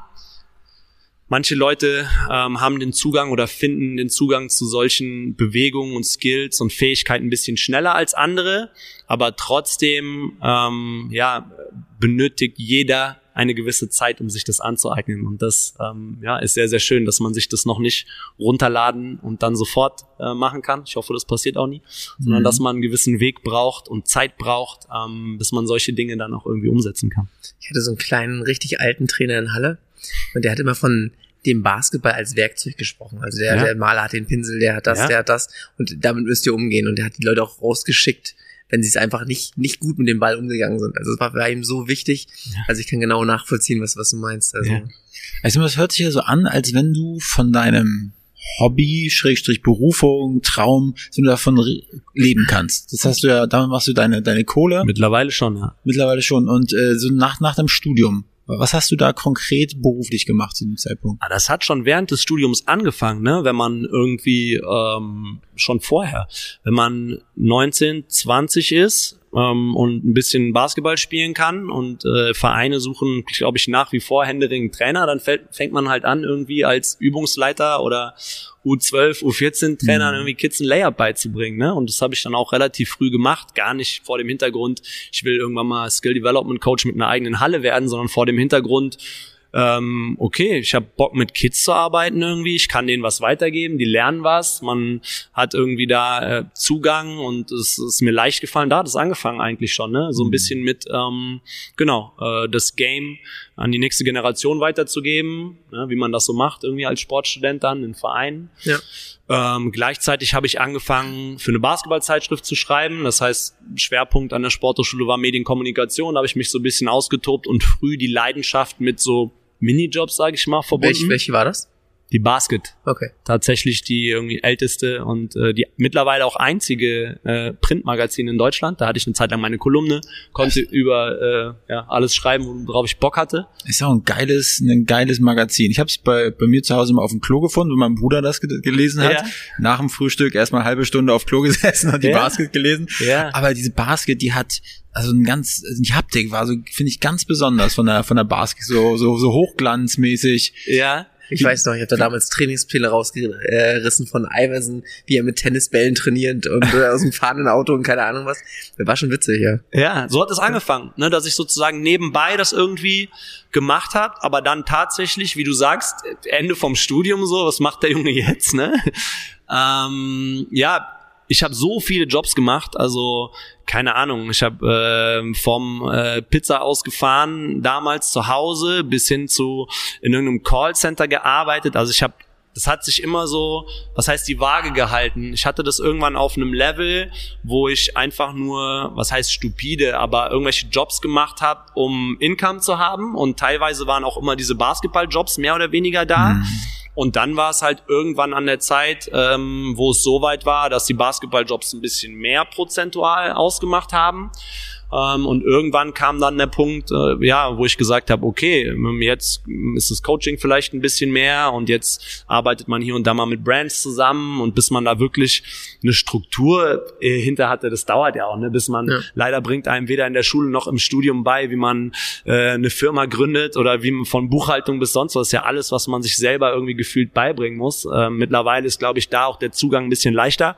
manche Leute ähm, haben den Zugang oder finden den Zugang zu solchen Bewegungen und Skills und Fähigkeiten ein bisschen schneller als andere, aber trotzdem ähm, ja benötigt jeder eine gewisse Zeit, um sich das anzueignen. Und das ähm, ja ist sehr, sehr schön, dass man sich das noch nicht runterladen und dann sofort äh, machen kann. Ich hoffe, das passiert auch nie. Mhm. Sondern dass man einen gewissen Weg braucht und Zeit braucht, ähm, bis man solche Dinge dann auch irgendwie umsetzen kann. Ich hatte so einen kleinen, richtig alten Trainer in Halle und der hat immer von dem Basketball als Werkzeug gesprochen. Also der, ja. der Maler hat den Pinsel, der hat das, ja. der hat das und damit müsst ihr umgehen. Und der hat die Leute auch rausgeschickt, wenn sie es einfach nicht nicht gut mit dem Ball umgegangen sind. Also es war bei ihm so wichtig. Ja. Also ich kann genau nachvollziehen, was was du meinst. Also, ja. also das hört sich ja so an, als wenn du von deinem Hobby, Schrägstrich Berufung, Traum, so davon re- leben kannst. Das hast du ja, damit machst du deine deine Kohle. Mittlerweile schon, ja. Mittlerweile schon. Und äh, so nach nach deinem Studium. Was hast du da konkret beruflich gemacht zu dem Zeitpunkt? Ah, das hat schon während des Studiums angefangen, ne? Wenn man irgendwie ähm, schon vorher, wenn man neunzehn, zwanzig ist ähm, und ein bisschen Basketball spielen kann und äh, Vereine suchen, glaube ich, nach wie vor händeringend Trainer, dann fällt, fängt man halt an, irgendwie als Übungsleiter oder U zwölf, U vierzehn Trainern mhm. irgendwie Kids ein Layup beizubringen, ne? Und das habe ich dann auch relativ früh gemacht, gar nicht vor dem Hintergrund, ich will irgendwann mal Skill Development Coach mit einer eigenen Halle werden, sondern vor dem Hintergrund, ähm, okay, ich habe Bock mit Kids zu arbeiten irgendwie, ich kann denen was weitergeben, die lernen was, man hat irgendwie da äh, Zugang und es ist mir leicht gefallen, da hat es angefangen eigentlich schon, ne? So ein bisschen mit, ähm, genau, äh, das Game an die nächste Generation weiterzugeben, ne? Wie man das so macht, irgendwie als Sportstudent dann in Vereinen. Ja. Ähm, gleichzeitig habe ich angefangen, für eine Basketballzeitschrift zu schreiben. Das heißt, Schwerpunkt an der Sporthochschule war Medienkommunikation. Da habe ich mich so ein bisschen ausgetobt und früh die Leidenschaft mit so Minijobs, sage ich mal, verbunden. Welche, welche war das? Die Basket. Okay. Tatsächlich die irgendwie älteste und äh, die mittlerweile auch einzige äh, Printmagazin in Deutschland. Da hatte ich eine Zeit lang meine Kolumne, konnte Was? über äh, ja, alles schreiben, worauf ich Bock hatte. Ist auch ein geiles, ein geiles Magazin. Ich habe es bei bei mir zu Hause mal auf dem Klo gefunden, wo mein Bruder das ge- gelesen hat. Ja. Nach dem Frühstück erstmal eine halbe Stunde auf Klo gesessen und die ja. Basket gelesen. Ja. Aber diese Basket, die hat also ein ganz, die Haptik war so, finde ich, ganz besonders von der von der Basket, so so so hochglanzmäßig. Ja. Ich weiß noch, ich habe da damals Trainingspläne rausgerissen von Iverson, wie er mit Tennisbällen trainiert und aus dem fahrenden Auto und keine Ahnung was. Das war schon witzig, ja. Ja, so hat es angefangen, ne, dass ich sozusagen nebenbei das irgendwie gemacht habe, aber dann tatsächlich, wie du sagst, Ende vom Studium so, was macht der Junge jetzt, ne? Ähm, ja, ich habe so viele Jobs gemacht, also keine Ahnung, ich habe äh, vom äh, Pizza ausgefahren, damals zu Hause, bis hin zu in irgendeinem Callcenter gearbeitet. Also ich habe, das hat sich immer so, was heißt die Waage gehalten. Ich hatte das irgendwann auf einem Level, wo ich einfach nur, was heißt stupide, aber irgendwelche Jobs gemacht habe, um Income zu haben. Und teilweise waren auch immer diese Basketballjobs mehr oder weniger da. Mhm. Und dann war es halt irgendwann an der Zeit, ähm, wo es so weit war, dass die Basketballjobs ein bisschen mehr prozentual ausgemacht haben. Ähm, und irgendwann kam dann der Punkt, äh, ja, wo ich gesagt habe, okay, jetzt ist das Coaching vielleicht ein bisschen mehr und jetzt arbeitet man hier und da mal mit Brands zusammen und bis man da wirklich eine Struktur äh, hinter hatte, das dauert ja auch, ne, bis man, ja. leider bringt einem weder in der Schule noch im Studium bei, wie man äh, eine Firma gründet oder wie man von Buchhaltung bis sonst was, ist ja alles, was man sich selber irgendwie gefühlt beibringen muss. Äh, mittlerweile ist, glaube ich, da auch der Zugang ein bisschen leichter.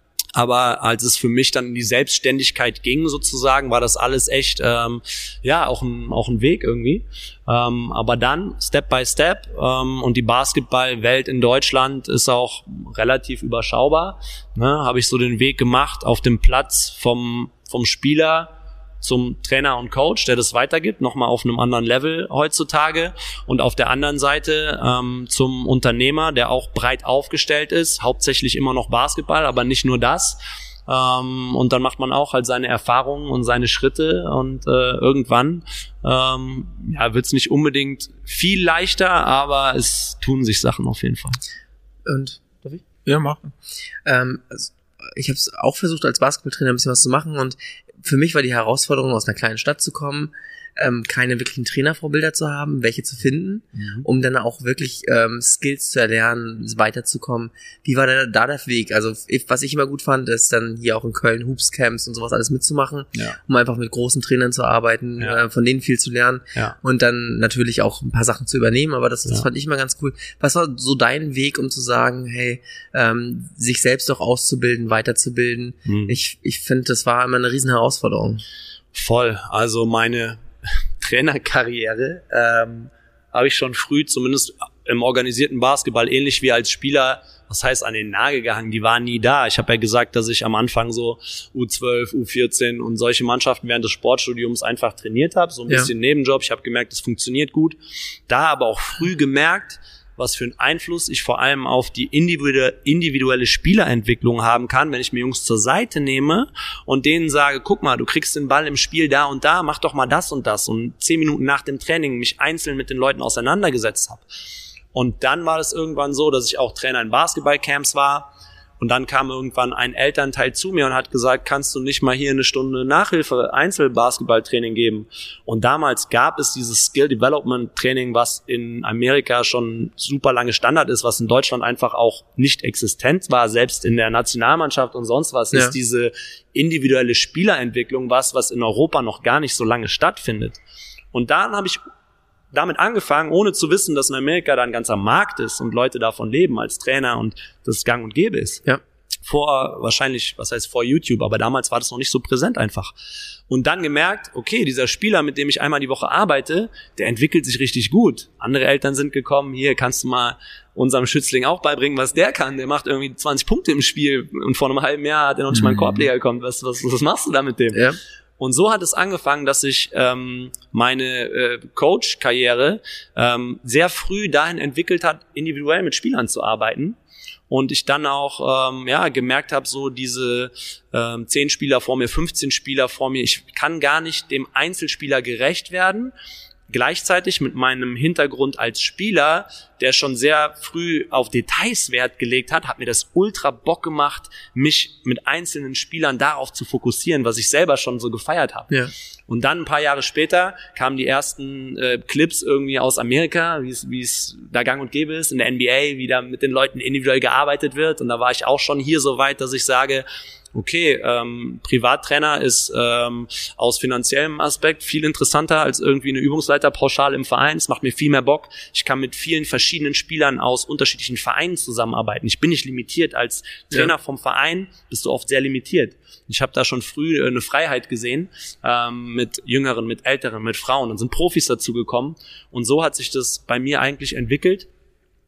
Aber als es für mich dann in die Selbstständigkeit ging, sozusagen, war das alles echt, ähm, ja, auch ein, auch ein Weg irgendwie. Ähm, aber dann, Step by Step, ähm, und die Basketballwelt in Deutschland ist auch relativ überschaubar, ne, habe ich so den Weg gemacht auf dem Platz vom, vom Spieler zum Trainer und Coach, der das weitergibt, nochmal auf einem anderen Level heutzutage, und auf der anderen Seite ähm, zum Unternehmer, der auch breit aufgestellt ist, hauptsächlich immer noch Basketball, aber nicht nur das, ähm, und dann macht man auch halt seine Erfahrungen und seine Schritte und äh, irgendwann ähm, ja, wird's nicht unbedingt viel leichter, aber es tun sich Sachen auf jeden Fall. Und, darf ich? Ja, machen. Ähm, also ich habe es auch versucht, als Basketballtrainer ein bisschen was zu machen, und für mich war die Herausforderung, aus einer kleinen Stadt zu kommen, ähm, keine wirklichen Trainervorbilder zu haben, welche zu finden, mhm. um dann auch wirklich ähm, Skills zu erlernen, weiterzukommen. Wie war da, da der Weg? Also was ich immer gut fand, ist dann hier auch in Köln Hoops-Camps und sowas alles mitzumachen, ja. um einfach mit großen Trainern zu arbeiten, ja. äh, von denen viel zu lernen, ja. und dann natürlich auch ein paar Sachen zu übernehmen, aber das, das ja. fand ich immer ganz cool. Was war so dein Weg, um zu sagen, hey, ähm, sich selbst auch auszubilden, weiterzubilden? Mhm. Ich, ich finde, das war immer eine riesen Herausforderung. Voll. Also meine Trainerkarriere ähm, habe ich schon früh, zumindest im organisierten Basketball, ähnlich wie als Spieler, was heißt an den Nagel gehangen, die waren nie da. Ich habe ja gesagt, dass ich am Anfang so U zwölf, U vierzehn und solche Mannschaften während des Sportstudiums einfach trainiert habe, so ein bisschen ja. Nebenjob. Ich habe gemerkt, es funktioniert gut. Da aber auch früh gemerkt, was für einen Einfluss ich vor allem auf die individuelle Spielerentwicklung haben kann, wenn ich mir Jungs zur Seite nehme und denen sage, guck mal, du kriegst den Ball im Spiel da und da, mach doch mal das und das, und zehn Minuten nach dem Training mich einzeln mit den Leuten auseinandergesetzt habe. Und dann war es irgendwann so, dass ich auch Trainer in Basketballcamps war. Und dann kam irgendwann ein Elternteil zu mir und hat gesagt, kannst du nicht mal hier eine Stunde Nachhilfe Einzelbasketballtraining geben? Und damals gab es dieses Skill Development Training, was in Amerika schon super lange Standard ist, was in Deutschland einfach auch nicht existent war, selbst in der Nationalmannschaft und sonst was, ja. ist diese individuelle Spielerentwicklung was, was in Europa noch gar nicht so lange stattfindet. Und dann habe ich damit angefangen, ohne zu wissen, dass in Amerika da ein ganzer Markt ist und Leute davon leben als Trainer und das gang und gäbe ist. Ja. Vor, wahrscheinlich, was heißt vor YouTube, aber damals war das noch nicht so präsent einfach. Und dann gemerkt, okay, dieser Spieler, mit dem ich einmal die Woche arbeite, der entwickelt sich richtig gut. Andere Eltern sind gekommen, hier kannst du mal unserem Schützling auch beibringen, was der kann. Der macht irgendwie zwanzig Punkte im Spiel und vor einem halben Jahr hat er noch nicht mal einen Korbleger bekommen. Was, was, was machst du da mit dem? Ja. Und so hat es angefangen, dass ich ähm, meine äh, Coach-Karriere ähm, sehr früh dahin entwickelt hat, individuell mit Spielern zu arbeiten. Und ich dann auch ähm, ja gemerkt habe, so diese ähm, zehn Spieler vor mir, fünfzehn Spieler vor mir, ich kann gar nicht dem Einzelspieler gerecht werden. Gleichzeitig mit meinem Hintergrund als Spieler, der schon sehr früh auf Details Wert gelegt hat, hat mir das ultra Bock gemacht, mich mit einzelnen Spielern darauf zu fokussieren, was ich selber schon so gefeiert habe. Ja. Und dann ein paar Jahre später kamen die ersten äh, Clips irgendwie aus Amerika, wie es wie es da gang und gäbe ist, in der N B A, wie da mit den Leuten individuell gearbeitet wird. Und da war ich auch schon hier so weit, dass ich sage, okay, ähm, Privattrainer ist ähm, aus finanziellem Aspekt viel interessanter als irgendwie eine Übungsleiterpauschale im Verein. Es macht mir viel mehr Bock. Ich kann mit vielen verschiedenen Spielern aus unterschiedlichen Vereinen zusammenarbeiten. Ich bin nicht limitiert. Als Trainer ja. vom Verein bist du oft sehr limitiert. Ich habe da schon früh eine Freiheit gesehen, ähm, mit Jüngeren, mit Älteren, mit Frauen. Dann sind Profis dazu gekommen. Und so hat sich das bei mir eigentlich entwickelt.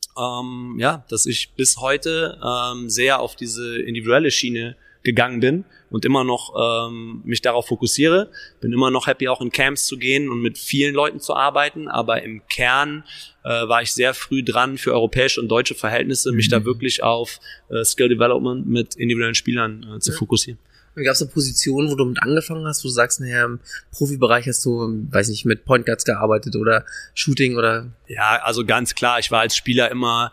ähm, ja, dass ich bis heute ähm, sehr auf diese individuelle Schiene gegangen bin und immer noch ähm, mich darauf fokussiere. Bin immer noch happy, auch in Camps zu gehen und mit vielen Leuten zu arbeiten, aber im Kern äh, war ich sehr früh dran, für europäische und deutsche Verhältnisse, mich mhm. da wirklich auf äh, Skill Development mit individuellen Spielern äh, zu ja. fokussieren. Gab es eine Position, wo du mit angefangen hast, wo du sagst, naja, im Profibereich hast du, weiß nicht, mit Point Guards gearbeitet oder Shooting oder? Ja, also ganz klar, ich war als Spieler immer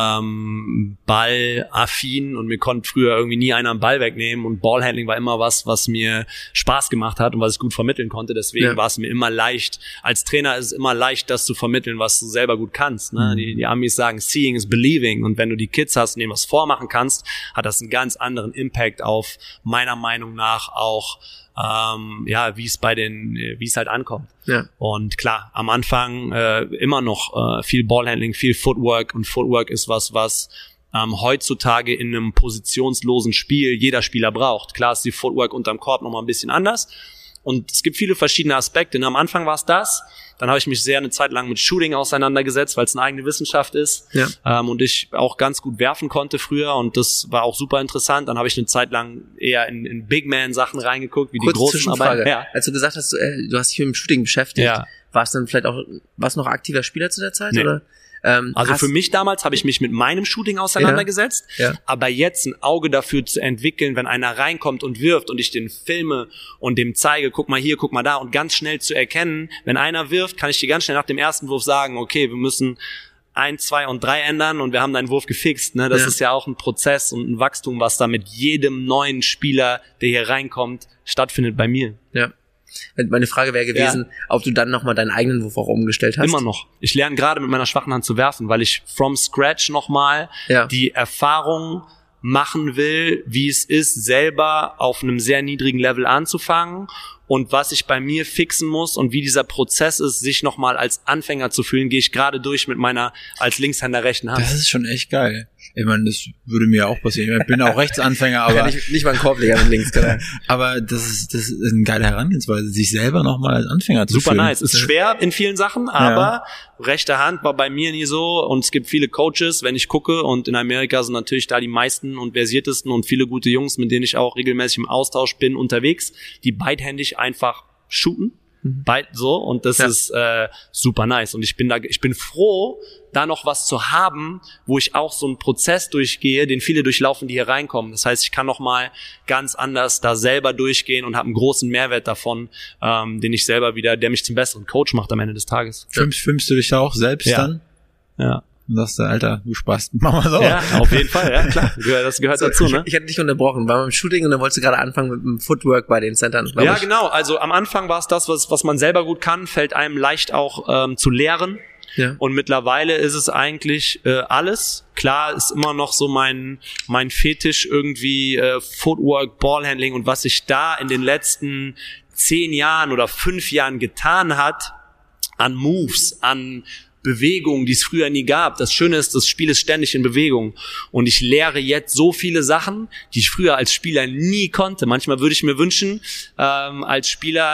ähm, ballaffin und mir konnte früher irgendwie nie einer einen Ball wegnehmen und Ballhandling war immer was, was mir Spaß gemacht hat und was ich gut vermitteln konnte, deswegen ja. war es mir immer leicht. Als Trainer ist es immer leicht, das zu vermitteln, was du selber gut kannst. Ne? Mhm. Die, die Amis sagen, seeing is believing und wenn du die Kids hast und denen was vormachen kannst, hat das einen ganz anderen Impact auf meiner Meinung nach auch ähm, ja, wie es bei den, wie es halt ankommt. Ja. Und klar, am Anfang äh, immer noch äh, viel Ballhandling, viel Footwork und Footwork ist was, was ähm, heutzutage in einem positionslosen Spiel jeder Spieler braucht. Klar ist die Footwork unterm Korb nochmal ein bisschen anders und es gibt viele verschiedene Aspekte. Und am Anfang war es das. Dann habe ich mich sehr eine Zeit lang mit Shooting auseinandergesetzt, weil es eine eigene Wissenschaft ist ja. ähm, und ich auch ganz gut werfen konnte früher und das war auch super interessant. Dann habe ich eine Zeit lang eher in, in Big Man Sachen reingeguckt, wie Kurz die großen. Aber, ja. Als du gesagt hast, du, äh, du hast dich mit dem Shooting beschäftigt, ja. warst du dann vielleicht auch, warst du noch aktiver Spieler zu der Zeit? Nee. Oder? Ähm, also für mich damals habe ich mich mit meinem Shooting auseinandergesetzt, ja, ja. aber jetzt ein Auge dafür zu entwickeln, wenn einer reinkommt und wirft und ich den filme und dem zeige, guck mal hier, guck mal da und ganz schnell zu erkennen, wenn einer wirft, kann ich dir ganz schnell nach dem ersten Wurf sagen, okay, wir müssen eins, zwei und drei ändern und wir haben deinen Wurf gefixt. Ne? Das ja. ist ja auch ein Prozess und ein Wachstum, was da mit jedem neuen Spieler, der hier reinkommt, stattfindet bei mir. Ja. Meine Frage wäre gewesen, ja. ob du dann nochmal deinen eigenen Wurf auch umgestellt hast. Immer noch. Ich lerne gerade mit meiner schwachen Hand zu werfen, weil ich from scratch nochmal ja. die Erfahrung machen will, wie es ist, selber auf einem sehr niedrigen Level anzufangen und was ich bei mir fixen muss und wie dieser Prozess ist, sich nochmal als Anfänger zu fühlen, gehe ich gerade durch mit meiner als Linkshänder rechten Hand. Das ist schon echt geil. Ich meine, das würde mir auch passieren. Ich bin auch Rechtsanfänger, aber... nicht, nicht mal ein Korbleger mit links, genau. Aber das ist, das ist eine geile Herangehensweise, sich selber nochmal als Anfänger zu Super fühlen. Super nice. Ist schwer in vielen Sachen, aber ja. rechte Hand war bei mir nie so und es gibt viele Coaches, wenn ich gucke und in Amerika sind natürlich da die meisten und versiertesten und viele gute Jungs, mit denen ich auch regelmäßig im Austausch bin, unterwegs, die beidhändig einfach shooten. Beid, so und das ja. ist äh, super nice und ich bin da ich bin froh, da noch was zu haben, wo ich auch so einen Prozess durchgehe, den viele durchlaufen, die hier reinkommen. Das heißt, ich kann noch mal ganz anders da selber durchgehen und habe einen großen Mehrwert davon, ähm, den ich selber wieder, der mich zum besseren Coach macht am Ende des Tages. Filmst, filmst du dich da auch selbst ja. dann? Ja. Und sagst du, Alter, du Spaß, mach mal so. Ja, auf jeden Fall, ja, klar. Das gehört so, dazu, ich, ne? Ich hatte dich unterbrochen, war beim Shooting und dann wolltest du gerade anfangen mit dem Footwork bei den Centern, Ja, ich. genau. Also am Anfang war es das, was, was man selber gut kann, fällt einem leicht auch ähm, zu lehren. Ja. Und mittlerweile ist es eigentlich äh, alles. Klar ist immer noch so mein mein Fetisch irgendwie äh, Footwork, Ballhandling und was sich da in den letzten zehn Jahren oder fünf Jahren getan hat an Moves, an Bewegung, die es früher nie gab. Das Schöne ist, das Spiel ist ständig in Bewegung. Und ich lehre jetzt so viele Sachen, die ich früher als Spieler nie konnte. Manchmal würde ich mir wünschen, ähm, als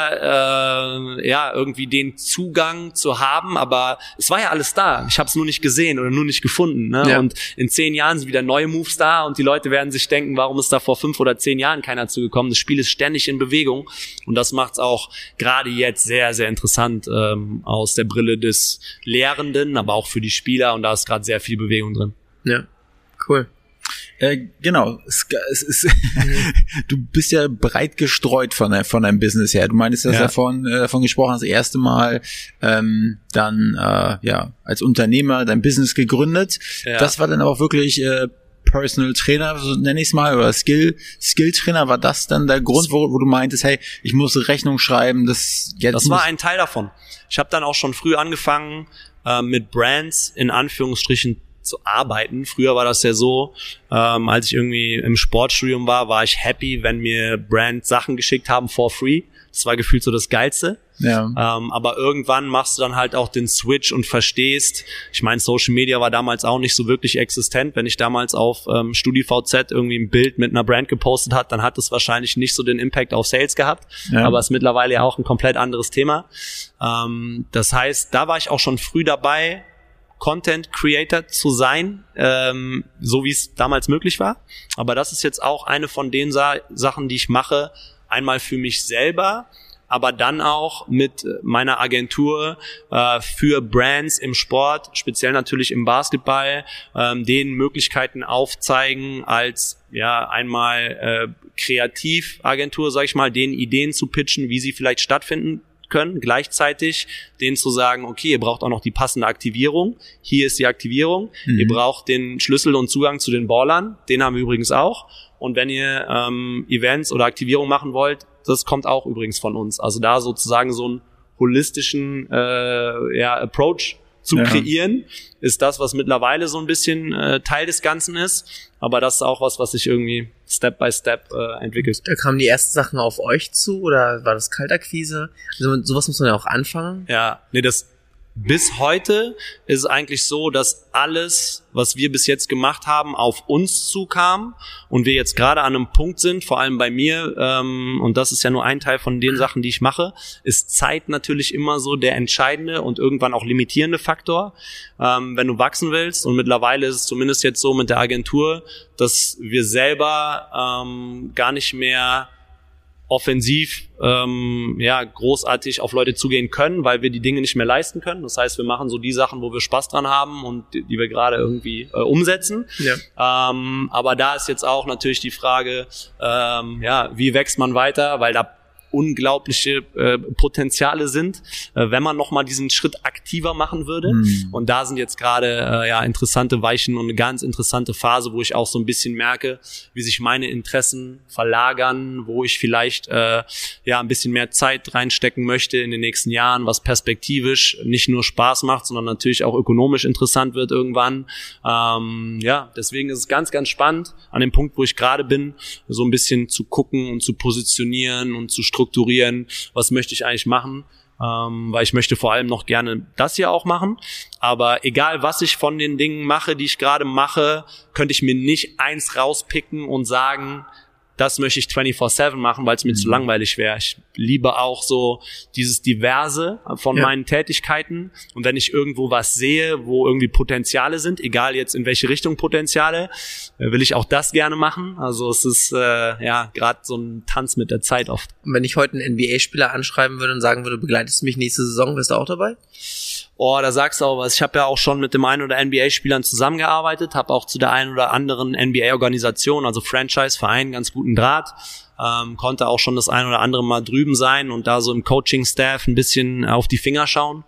Spieler äh, ja irgendwie den Zugang zu haben, aber es war ja alles da. Ich habe es nur nicht gesehen oder nur nicht gefunden. Ne? Ja. Und in zehn Jahren sind wieder neue Moves da und die Leute werden sich denken, warum ist da vor fünf oder zehn Jahren keiner zugekommen? Das Spiel ist ständig in Bewegung und das macht es auch gerade jetzt sehr, sehr interessant ähm, aus der Brille des Lehrers, aber auch für die Spieler und da ist gerade sehr viel Bewegung drin. Ja, cool. Äh, genau, es, es ist, du bist ja breit gestreut von, von deinem Business her. Du meintest, dass ja. davon, äh, davon gesprochen hast, das erste Mal ähm, dann äh, ja als Unternehmer dein Business gegründet. Ja. Das war dann aber auch wirklich äh, Personal Trainer, so nenne ich es mal, oder Skill Skill Trainer. War das dann der Grund, wo, wo du meintest, hey, ich muss Rechnung schreiben? Das, jetzt das war ein Teil davon. Ich habe dann auch schon früh angefangen, äh, mit Brands in Anführungsstrichen zu arbeiten. Früher war das ja so, ähm, als ich irgendwie im Sportstudium war, war ich happy, wenn mir Brands Sachen geschickt haben for free. Das war gefühlt so das Geilste. Ja. Ähm, aber irgendwann machst du dann halt auch den Switch und verstehst, ich meine, Social Media war damals auch nicht so wirklich existent. Wenn ich damals auf ähm, StudiVZ irgendwie ein Bild mit einer Brand gepostet hat, dann hat es wahrscheinlich nicht so den Impact auf Sales gehabt. Ja. Aber ist mittlerweile ja auch ein komplett anderes Thema. Ähm, das heißt, da war ich auch schon früh dabei, Content Creator zu sein, ähm, so wie es damals möglich war. Aber das ist jetzt auch eine von den Sa- Sachen, die ich mache, einmal für mich selber, aber dann auch mit meiner Agentur äh, für Brands im Sport, speziell natürlich im Basketball, ähm, denen Möglichkeiten aufzeigen, als ja einmal äh, Kreativagentur, sag ich mal, denen Ideen zu pitchen, wie sie vielleicht stattfinden können, gleichzeitig denen zu sagen, okay, ihr braucht auch noch die passende Aktivierung, hier ist die Aktivierung, mhm. ihr braucht den Schlüssel und Zugang zu den Ballern, den haben wir übrigens auch, und wenn ihr ähm, Events oder Aktivierung machen wollt, das kommt auch übrigens von uns, also da sozusagen so einen holistischen äh, ja, Approach zu ja. kreieren, ist das, was mittlerweile so ein bisschen äh, Teil des Ganzen ist, aber das ist auch was, was sich irgendwie Step by Step äh, entwickelt. Da kamen die ersten Sachen auf euch zu oder war das Kaltakquise? Also sowas muss man ja auch anfangen. Ja, nee, das bis heute ist es eigentlich so, dass alles, was wir bis jetzt gemacht haben, auf uns zukam und wir jetzt gerade an einem Punkt sind, vor allem bei mir, ähm, und das ist ja nur ein Teil von den Sachen, die ich mache, ist Zeit natürlich immer so der entscheidende und irgendwann auch limitierende Faktor, ähm, wenn du wachsen willst. Und mittlerweile ist es zumindest jetzt so mit der Agentur, dass wir selber ähm, gar nicht mehr offensiv ähm, ja großartig auf Leute zugehen können, weil wir die Dinge nicht mehr leisten können. Das heißt, wir machen so die Sachen, wo wir Spaß dran haben und die, die wir gerade irgendwie äh, umsetzen. Ja. Ähm, aber da ist jetzt auch natürlich die Frage, ähm, ja, wie wächst man weiter, weil da unglaubliche äh, Potenziale sind, äh, wenn man nochmal diesen Schritt aktiver machen würde. Mhm. Und da sind jetzt gerade äh, ja interessante Weichen und eine ganz interessante Phase, wo ich auch so ein bisschen merke, wie sich meine Interessen verlagern, wo ich vielleicht äh, ja ein bisschen mehr Zeit reinstecken möchte in den nächsten Jahren, was perspektivisch nicht nur Spaß macht, sondern natürlich auch ökonomisch interessant wird irgendwann. Ähm, ja, deswegen ist es ganz, ganz spannend, an dem Punkt, wo ich gerade bin, so ein bisschen zu gucken und zu positionieren und zu strukturieren, strukturieren, was möchte ich eigentlich machen, ähm, weil ich möchte vor allem noch gerne das hier auch machen, aber egal was ich von den Dingen mache, die ich gerade mache, könnte ich mir nicht eins rauspicken und sagen, das möchte ich vierundzwanzig sieben machen, weil es mir mhm. zu langweilig wäre. Ich liebe auch so dieses Diverse von ja. meinen Tätigkeiten. Und wenn ich irgendwo was sehe, wo irgendwie Potenziale sind, egal jetzt in welche Richtung Potenziale, will ich auch das gerne machen. Also es ist äh, ja gerade so ein Tanz mit der Zeit oft. Und wenn ich heute einen N B A-Spieler anschreiben würde und sagen würde, begleitest du mich nächste Saison, bist du auch dabei? Oh, da sagst du auch was. Ich habe ja auch schon mit dem einen oder N B A-Spielern zusammengearbeitet, habe auch zu der einen oder anderen N B A-Organisation, also Franchise-Verein, ganz guten Draht. Ähm, konnte auch schon das ein oder andere Mal drüben sein und da so im Coaching-Staff ein bisschen auf die Finger schauen.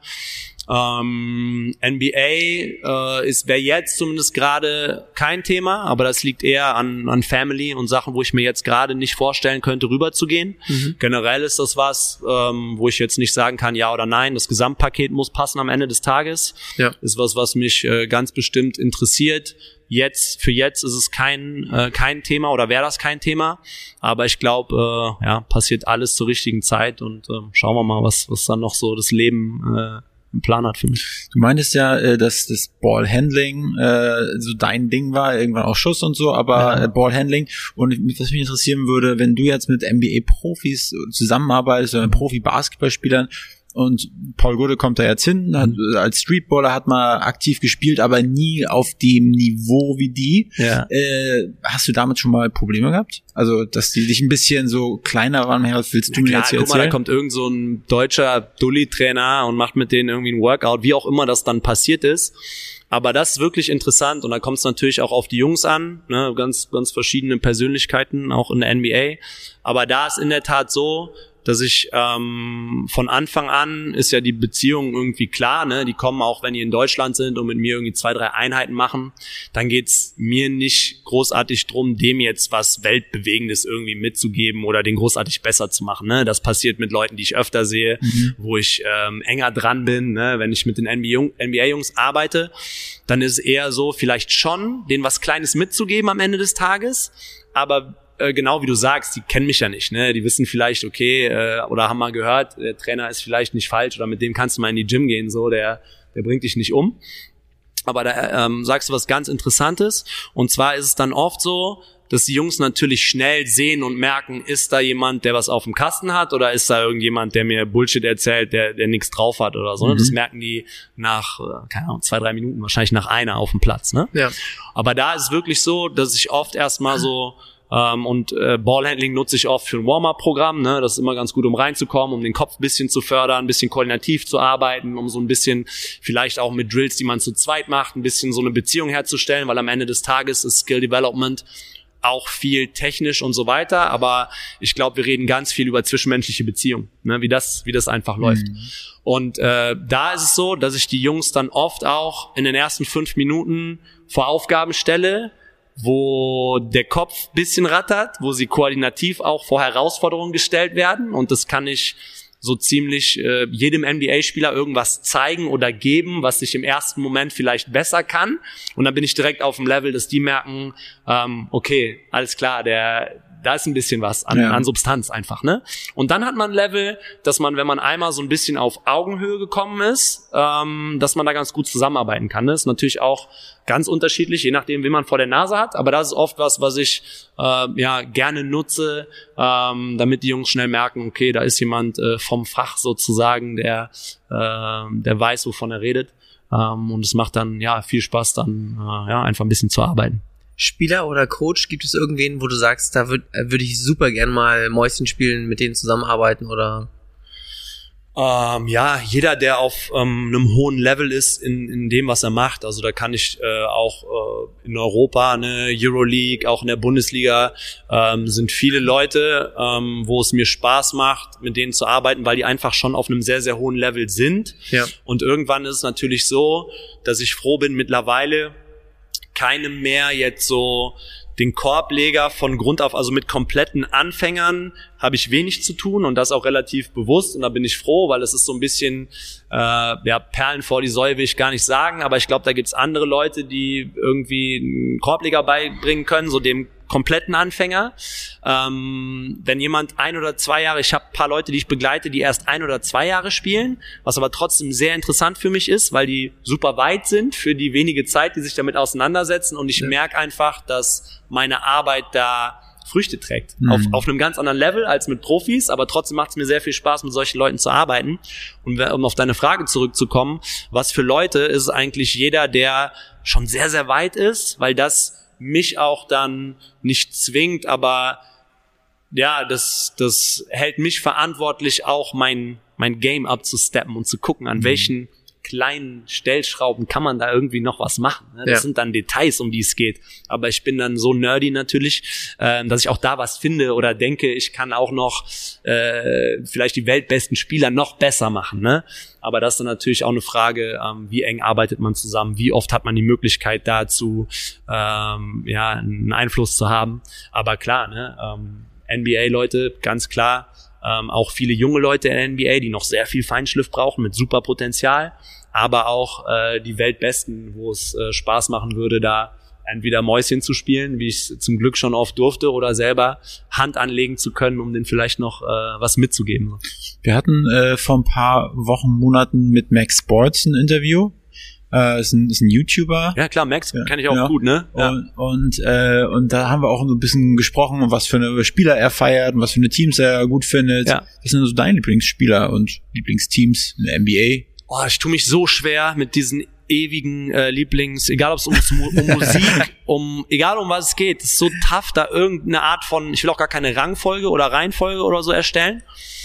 Ähm, N B A äh, ist wäre jetzt zumindest gerade kein Thema, aber das liegt eher an, an Family und Sachen, wo ich mir jetzt gerade nicht vorstellen könnte, rüberzugehen. Mhm. Generell ist das was, ähm, wo ich jetzt nicht sagen kann, ja oder nein. Das Gesamtpaket muss passen am Ende des Tages. Ja. Ist was, was mich äh, ganz bestimmt interessiert. Jetzt, für jetzt ist es kein äh, kein Thema oder wäre das kein Thema, aber ich glaube, äh, ja, passiert alles zur richtigen Zeit und äh, schauen wir mal, was was dann noch so das Leben äh, im Plan hat für mich. Du meintest ja, dass das Ballhandling äh, so dein Ding war, irgendwann auch Schuss und so, aber ja. Ballhandling. Und was mich interessieren würde, wenn du jetzt mit N B A-Profis zusammenarbeitest oder mit Profi-Basketballspielern, und Paul Gude kommt da jetzt hin, hat, als Streetballer hat man aktiv gespielt, aber nie auf dem Niveau wie die. Ja. Äh, hast du damit schon mal Probleme gehabt? Also, dass die dich ein bisschen so kleiner waren, was willst du mir jetzt erzählen? Guck mal, da kommt irgend so ein deutscher Dulli-Trainer und macht mit denen irgendwie ein Workout, wie auch immer das dann passiert ist. Aber das ist wirklich interessant und da kommt es natürlich auch auf die Jungs an, ne, ganz, ganz verschiedene Persönlichkeiten, auch in der N B A. Aber da ist in der Tat so, dass ich ähm, von Anfang an ist ja die Beziehung irgendwie klar, ne? Die kommen auch, wenn die in Deutschland sind und mit mir irgendwie zwei, drei Einheiten machen, dann geht's mir nicht großartig drum, dem jetzt was Weltbewegendes irgendwie mitzugeben oder den großartig besser zu machen, ne? Das passiert mit Leuten, die ich öfter sehe, mhm. wo ich ähm, enger dran bin, ne? Wenn ich mit den N B A-Jungs arbeite, dann ist es eher so, vielleicht schon, denen was Kleines mitzugeben am Ende des Tages, aber genau wie du sagst, die kennen mich ja nicht, ne? Die wissen vielleicht, okay, äh, oder haben mal gehört, der Trainer ist vielleicht nicht falsch oder mit dem kannst du mal in die Gym gehen, so, der der bringt dich nicht um. Aber da ähm, sagst du was ganz Interessantes und zwar ist es dann oft so, dass die Jungs natürlich schnell sehen und merken, ist da jemand, der was auf dem Kasten hat oder ist da irgendjemand, der mir Bullshit erzählt, der der nichts drauf hat oder so. Mhm. Das merken die nach, keine Ahnung, zwei, drei Minuten, wahrscheinlich nach einer auf dem Platz. Ne? Ja. Aber da ist es wirklich so, dass ich oft erstmal so ähm, und äh, Ballhandling nutze ich oft für ein Warm-Up-Programm. Ne? Das ist immer ganz gut, um reinzukommen, um den Kopf ein bisschen zu fördern, ein bisschen koordinativ zu arbeiten, um so ein bisschen vielleicht auch mit Drills, die man zu zweit macht, ein bisschen so eine Beziehung herzustellen, weil am Ende des Tages ist Skill Development auch viel technisch und so weiter, aber ich glaube, wir reden ganz viel über zwischenmenschliche Beziehungen, ne, wie das, wie das einfach mhm. läuft. Und äh, da ist es so, dass ich die Jungs dann oft auch in den ersten fünf Minuten vor Aufgaben stelle, wo der Kopf bisschen rattert, wo sie koordinativ auch vor Herausforderungen gestellt werden, und das kann ich so ziemlich äh, jedem N B A-Spieler irgendwas zeigen oder geben, was ich im ersten Moment vielleicht besser kann. Und dann bin ich direkt auf dem Level, dass die merken, ähm, okay, alles klar, der da ist ein bisschen was an, ja. an Substanz einfach, ne? Und dann hat man ein Level, dass man, wenn man einmal so ein bisschen auf Augenhöhe gekommen ist, ähm, dass man da ganz gut zusammenarbeiten kann. Das ist natürlich auch ganz unterschiedlich, je nachdem, wen man vor der Nase hat. Aber das ist oft was, was ich äh, ja gerne nutze, ähm, damit die Jungs schnell merken, okay, da ist jemand äh, vom Fach sozusagen, der äh, der weiß, wovon er redet. Ähm, und es macht dann ja viel Spaß, dann äh, ja einfach ein bisschen zu arbeiten. Spieler oder Coach, gibt es irgendwen, wo du sagst, da würde würd ich super gern mal Mäuschen spielen, mit denen zusammenarbeiten oder? Ähm, ja, jeder, der auf ähm, einem hohen Level ist in, in dem, was er macht. Also da kann ich äh, auch äh, in Europa, ne, Euroleague, auch in der Bundesliga, ähm, sind viele Leute, ähm, wo es mir Spaß macht, mit denen zu arbeiten, weil die einfach schon auf einem sehr, sehr hohen Level sind. Ja. Und irgendwann ist es natürlich so, dass ich froh bin, mittlerweile keinem mehr jetzt so den Korbleger von Grund auf, also mit kompletten Anfängern habe ich wenig zu tun, und das auch relativ bewusst, und da bin ich froh, weil es ist so ein bisschen äh, ja, Perlen vor die Säue will ich gar nicht sagen, aber ich glaube, da gibt's andere Leute, die irgendwie einen Korbleger beibringen können, so dem kompletten Anfänger. Ähm, wenn jemand ein oder zwei Jahre, ich habe ein paar Leute, die ich begleite, die erst ein oder zwei Jahre spielen, was aber trotzdem sehr interessant für mich ist, weil die super weit sind für die wenige Zeit, die sich damit auseinandersetzen, und ich ja. merke einfach, dass meine Arbeit da Früchte trägt. Mhm. Auf, auf einem ganz anderen Level als mit Profis, aber trotzdem macht es mir sehr viel Spaß, mit solchen Leuten zu arbeiten. Und um auf deine Frage zurückzukommen, was für Leute ist eigentlich jeder, der schon sehr, sehr weit ist, weil das mich auch dann nicht zwingt, aber ja, das das hält mich verantwortlich, auch mein mein Game abzusteppen und zu gucken, an mhm. welchen kleinen Stellschrauben kann man da irgendwie noch was machen. Ne? Das ja. sind dann Details, um die es geht. Aber ich bin dann so nerdy natürlich, äh, dass ich auch da was finde oder denke, ich kann auch noch äh, vielleicht die weltbesten Spieler noch besser machen. Ne? Aber das ist dann natürlich auch eine Frage, ähm, wie eng arbeitet man zusammen, wie oft hat man die Möglichkeit dazu, ähm, ja, einen Einfluss zu haben. Aber klar, ne, ähm, N B A-Leute, ganz klar, ähm, auch viele junge Leute in der N B A, die noch sehr viel Feinschliff brauchen, mit super Potenzial, aber auch äh, die Weltbesten, wo es äh, Spaß machen würde, da entweder Mäuschen zu spielen, wie ich es zum Glück schon oft durfte, oder selber Hand anlegen zu können, um denen vielleicht noch äh, was mitzugeben. Wir hatten äh, vor ein paar Wochen, Monaten mit Max Sports ein Interview. Äh, ist, ein, ist ein YouTuber. Ja klar, Max ja, kann ich auch ja. gut, ne? Ja. Und und, äh, und da haben wir auch so ein bisschen gesprochen, was für eine Spieler er feiert und was für eine Teams er gut findet. Ja. Was sind so deine Lieblingsspieler und Lieblingsteams in der N B A? Oh, ich tue mich so schwer mit diesen ewigen äh, Lieblings, egal ob es um, um Musik, um egal um was es geht, es ist so tough, da irgendeine Art von, ich will auch gar keine Rangfolge oder Reihenfolge oder so erstellen.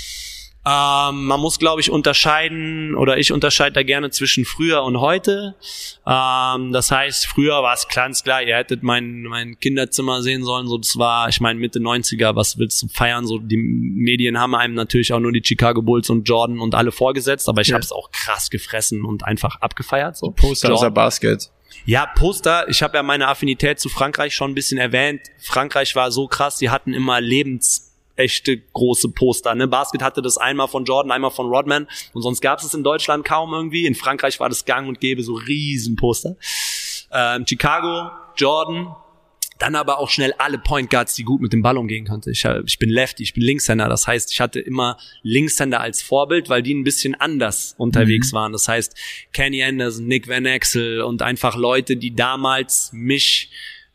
Ähm, man muss, glaube ich, unterscheiden, oder ich unterscheide da gerne zwischen früher und heute. Ähm, das heißt, früher war es ganz klar, ihr hättet mein mein Kinderzimmer sehen sollen, so das war, ich meine Mitte neunziger, was willst du feiern? So die Medien haben einem natürlich auch nur die Chicago Bulls und Jordan und alle vorgesetzt, aber ich ja. habe es auch krass gefressen und einfach abgefeiert. So Poster aus der Basket. Ja, Poster, ich habe ja meine Affinität zu Frankreich schon ein bisschen erwähnt. Frankreich war so krass, die hatten immer Lebens echte große Poster, ne? Basket hatte das einmal von Jordan, einmal von Rodman, und sonst gab es es in Deutschland kaum irgendwie. In Frankreich war das gang und gäbe, so riesen Poster. Ähm, Chicago, Jordan, dann aber auch schnell alle Point Guards, die gut mit dem Ball umgehen konnten. Ich, ich bin Lefty, ich bin Linkshänder, das heißt, ich hatte immer Linkshänder als Vorbild, weil die ein bisschen anders unterwegs mhm. waren. Das heißt, Kenny Anderson, Nick Van Exel und einfach Leute, die damals mich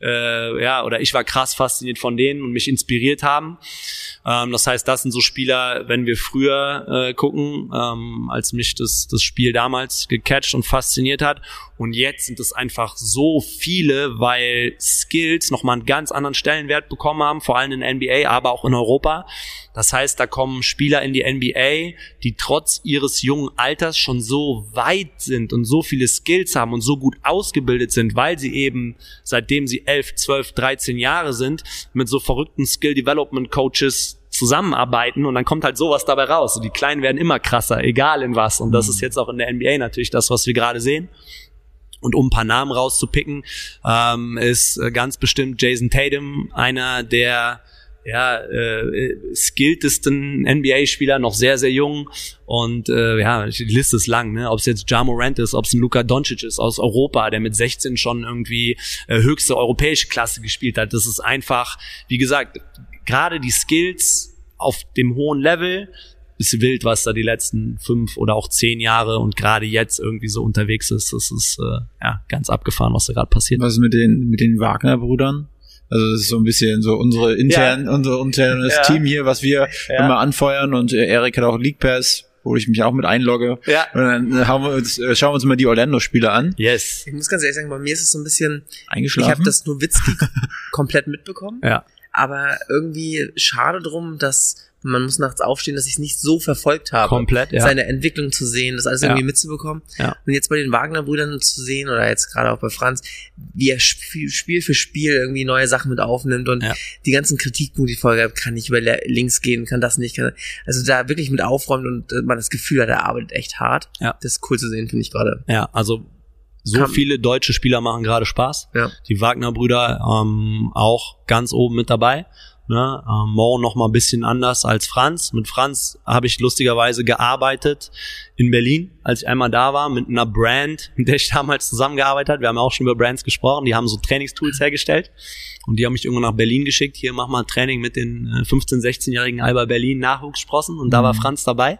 äh, ja, oder ich war krass fasziniert von denen und mich inspiriert haben. Ähm, das heißt, das sind so Spieler, wenn wir früher äh, gucken, ähm, als mich das, das Spiel damals gecatcht und fasziniert hat. Und jetzt sind es einfach so viele, weil Skills nochmal einen ganz anderen Stellenwert bekommen haben, vor allem in der N B A, aber auch in Europa. Das heißt, da kommen Spieler in die N B A, die trotz ihres jungen Alters schon so weit sind und so viele Skills haben und so gut ausgebildet sind, weil sie eben, seitdem sie elf, zwölf, dreizehn Jahre sind, mit so verrückten Skill-Development-Coaches zusammenarbeiten und dann kommt halt sowas dabei raus. Und die Kleinen werden immer krasser, egal in was. Und das ist jetzt auch in der N B A natürlich das, was wir gerade sehen. Und um ein paar Namen rauszupicken, ähm, ist ganz bestimmt Jason Tatum einer der ja äh, skilltesten N B A-Spieler, noch sehr, sehr jung. Und äh, ja, die Liste ist lang, ne? Ob es jetzt Ja Morant ist, ob es ein Luka Doncic ist aus Europa, der mit sechzehn schon irgendwie äh, höchste europäische Klasse gespielt hat. Das ist einfach, wie gesagt, gerade die Skills auf dem hohen Level ist wild, was da die letzten fünf oder auch zehn Jahre und gerade jetzt irgendwie so unterwegs ist. Das ist äh, ja ganz abgefahren, was da gerade passiert. Was ist mit den mit den Wagner-Brüdern? Also das ist so ein bisschen so unsere intern, ja. unser internes ja. Team hier, was wir ja. immer anfeuern. Und äh, Erik hat auch League Pass, wo ich mich auch mit einlogge. Ja. Und dann äh, haben wir uns, äh, schauen wir uns mal die Orlando-Spiele an. Yes. Ich muss ganz ehrlich sagen, bei mir ist es so ein bisschen eingeschlafen. Ich habe das Nowitzki komplett mitbekommen. Ja. Aber irgendwie schade drum, dass man muss nachts aufstehen, dass ich es nicht so verfolgt habe. Komplett, ja. Seine Entwicklung zu sehen, das alles irgendwie ja. mitzubekommen. Ja. Und jetzt bei den Wagner-Brüdern zu sehen, oder jetzt gerade auch bei Franz, wie er Spiel, Spiel für Spiel irgendwie neue Sachen mit aufnimmt und ja. die ganzen Kritikpunkte, die Folge kann nicht über links gehen, kann das nicht, kann, also da wirklich mit aufräumt und man das Gefühl hat, er arbeitet echt hart. Ja. Das ist cool zu sehen, finde ich gerade. Ja, also so Kam. viele deutsche Spieler machen gerade Spaß. Ja. Die Wagner-Brüder ähm, auch ganz oben mit dabei. Ne, äh, Mo noch mal ein bisschen anders als Franz. Mit Franz habe ich lustigerweise gearbeitet in Berlin, als ich einmal da war, mit einer Brand, mit der ich damals zusammengearbeitet habe. Wir haben auch schon über Brands gesprochen. Die haben so Trainingstools hergestellt und die haben mich irgendwann nach Berlin geschickt. Hier, mach mal Training mit den fünfzehn-, sechzehnjährigen Alba Berlin Nachwuchssprossen und da war Franz dabei.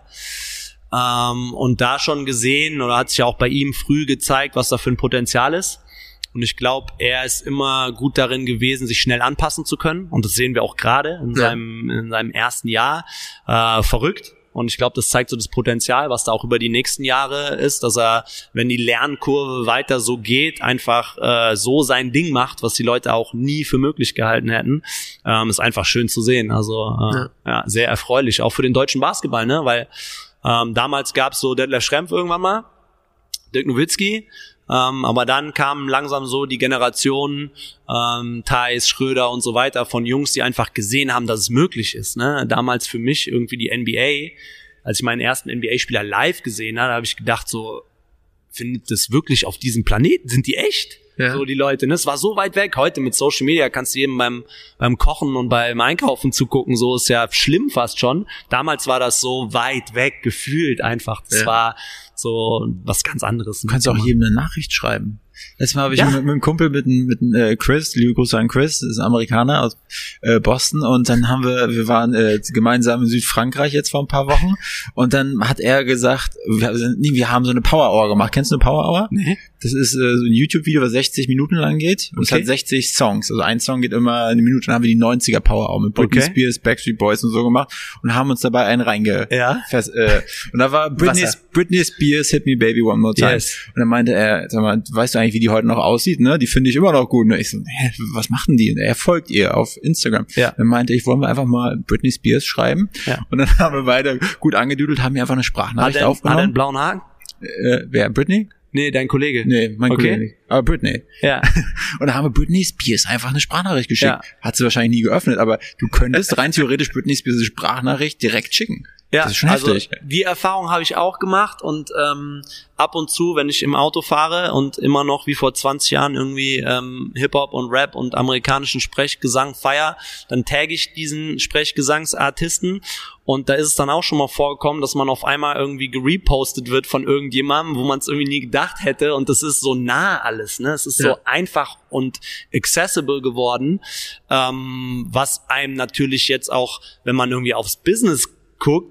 Ähm, und da schon gesehen, oder hat sich auch bei ihm früh gezeigt, was da für ein Potenzial ist. Und ich glaube, er ist immer gut darin gewesen, sich schnell anpassen zu können. Und das sehen wir auch gerade in, ja. seinem, in seinem ersten Jahr. Äh, verrückt. Und ich glaube, das zeigt so das Potenzial, was da auch über die nächsten Jahre ist, dass er, wenn die Lernkurve weiter so geht, einfach äh, so sein Ding macht, was die Leute auch nie für möglich gehalten hätten. Ähm, ist einfach schön zu sehen. Also äh, ja. ja, sehr erfreulich. Auch für den deutschen Basketball, ne? Weil ähm, damals gab's so Detlef Schrempf irgendwann mal, Dirk Nowitzki. Ähm, aber dann kamen langsam so die Generationen, ähm, Theis, Schröder und so weiter von Jungs, die einfach gesehen haben, dass es möglich ist. Ne? Damals für mich irgendwie die N B A, als ich meinen ersten N B A-Spieler live gesehen habe, habe ich gedacht so, findet das wirklich auf diesem Planeten? Sind die echt? Ja. So die Leute, ne? Es war so weit weg. Heute mit Social Media kannst du jedem beim beim Kochen und beim Einkaufen zugucken. So ist ja schlimm fast schon. Damals war das so weit weg gefühlt einfach. Das ja. war so was ganz anderes. Du kannst auch jedem eine Nachricht schreiben. Letztes Mal habe ich ja. mit, mit einem Kumpel, mit, mit äh, Chris, liebe Grüße an Chris, das ist ein Amerikaner aus äh, Boston, und dann haben wir, wir waren äh, gemeinsam in Südfrankreich jetzt vor ein paar Wochen, und dann hat er gesagt, wir, nee, wir haben so eine Power Hour gemacht. Kennst du eine Power Hour? Nee. Das ist äh, so ein YouTube-Video, was sechzig Minuten lang geht, und okay. es hat sechzig Songs, also ein Song geht immer eine Minute. Dann haben wir die neunziger Power Hour mit Britney okay. Spears, Backstreet Boys und so gemacht und haben uns dabei einen reinge... Ja? Fest, äh, und da war Britney, Britney Spears, Hit Me Baby One More Time. Yes. Und dann meinte er, sag mal, weißt du eigentlich, wie die heute noch aussieht, ne? Die finde ich immer noch gut. Ne? Ich so, hä, was machen die? Und er folgt ihr auf Instagram. Ja. Dann meinte ich, wollen wir einfach mal Britney Spears schreiben? Ja. Und dann haben wir beide gut angedüdelt, haben mir einfach eine Sprachnachricht hat aufgenommen. Hat er einen blauen Haken? Äh, wer, Britney? Nee, dein Kollege. Nee, mein okay. Kollege nicht. Aber Britney. Ja. Und da haben wir Britney Spears einfach eine Sprachnachricht geschickt. Ja. Hat sie wahrscheinlich nie geöffnet, aber du könntest rein theoretisch Britney Spears eine Sprachnachricht direkt schicken. Ja, das ist schon also heftig. Die Erfahrung habe ich auch gemacht, und ähm, ab und zu, wenn ich im Auto fahre und immer noch wie vor zwanzig Jahren irgendwie ähm, Hip-Hop und Rap und amerikanischen Sprechgesang feier, dann tagge ich diesen Sprechgesangsartisten, und da ist es dann auch schon mal vorgekommen, dass man auf einmal irgendwie gerepostet wird von irgendjemandem, wo man es irgendwie nie gedacht hätte, und das ist so nah alles, ne? Es ist ja. so einfach und accessible geworden, ähm, was einem natürlich jetzt auch, wenn man irgendwie aufs Business guckt,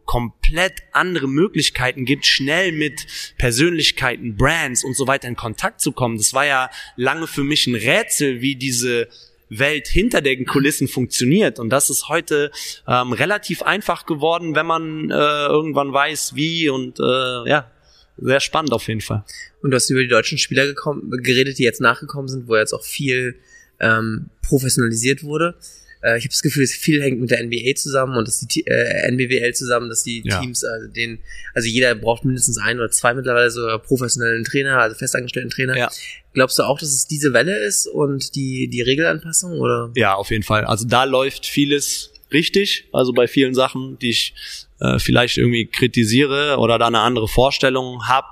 komplett andere Möglichkeiten gibt, schnell mit Persönlichkeiten, Brands und so weiter in Kontakt zu kommen. Das war ja lange für mich ein Rätsel, wie diese Welt hinter den Kulissen funktioniert. Und das ist heute ähm, relativ einfach geworden, wenn man äh, irgendwann weiß, wie und äh, ja, sehr spannend auf jeden Fall. Und du hast über die deutschen Spieler gekommen, geredet, die jetzt nachgekommen sind, wo jetzt auch viel ähm, professionalisiert wurde. Äh, ich habe das Gefühl, dass viel hängt mit der N B A zusammen und dass die äh, N B W L zusammen, dass die ja. Teams, also den, also jeder braucht mindestens ein oder zwei mittlerweile so professionellen Trainer, also festangestellten Trainer. Ja. Glaubst du auch, dass es diese Welle ist und die die Regelanpassung, oder? Ja, auf jeden Fall. Also da läuft vieles richtig, also bei vielen Sachen, die ich äh, vielleicht irgendwie kritisiere oder da eine andere Vorstellung habe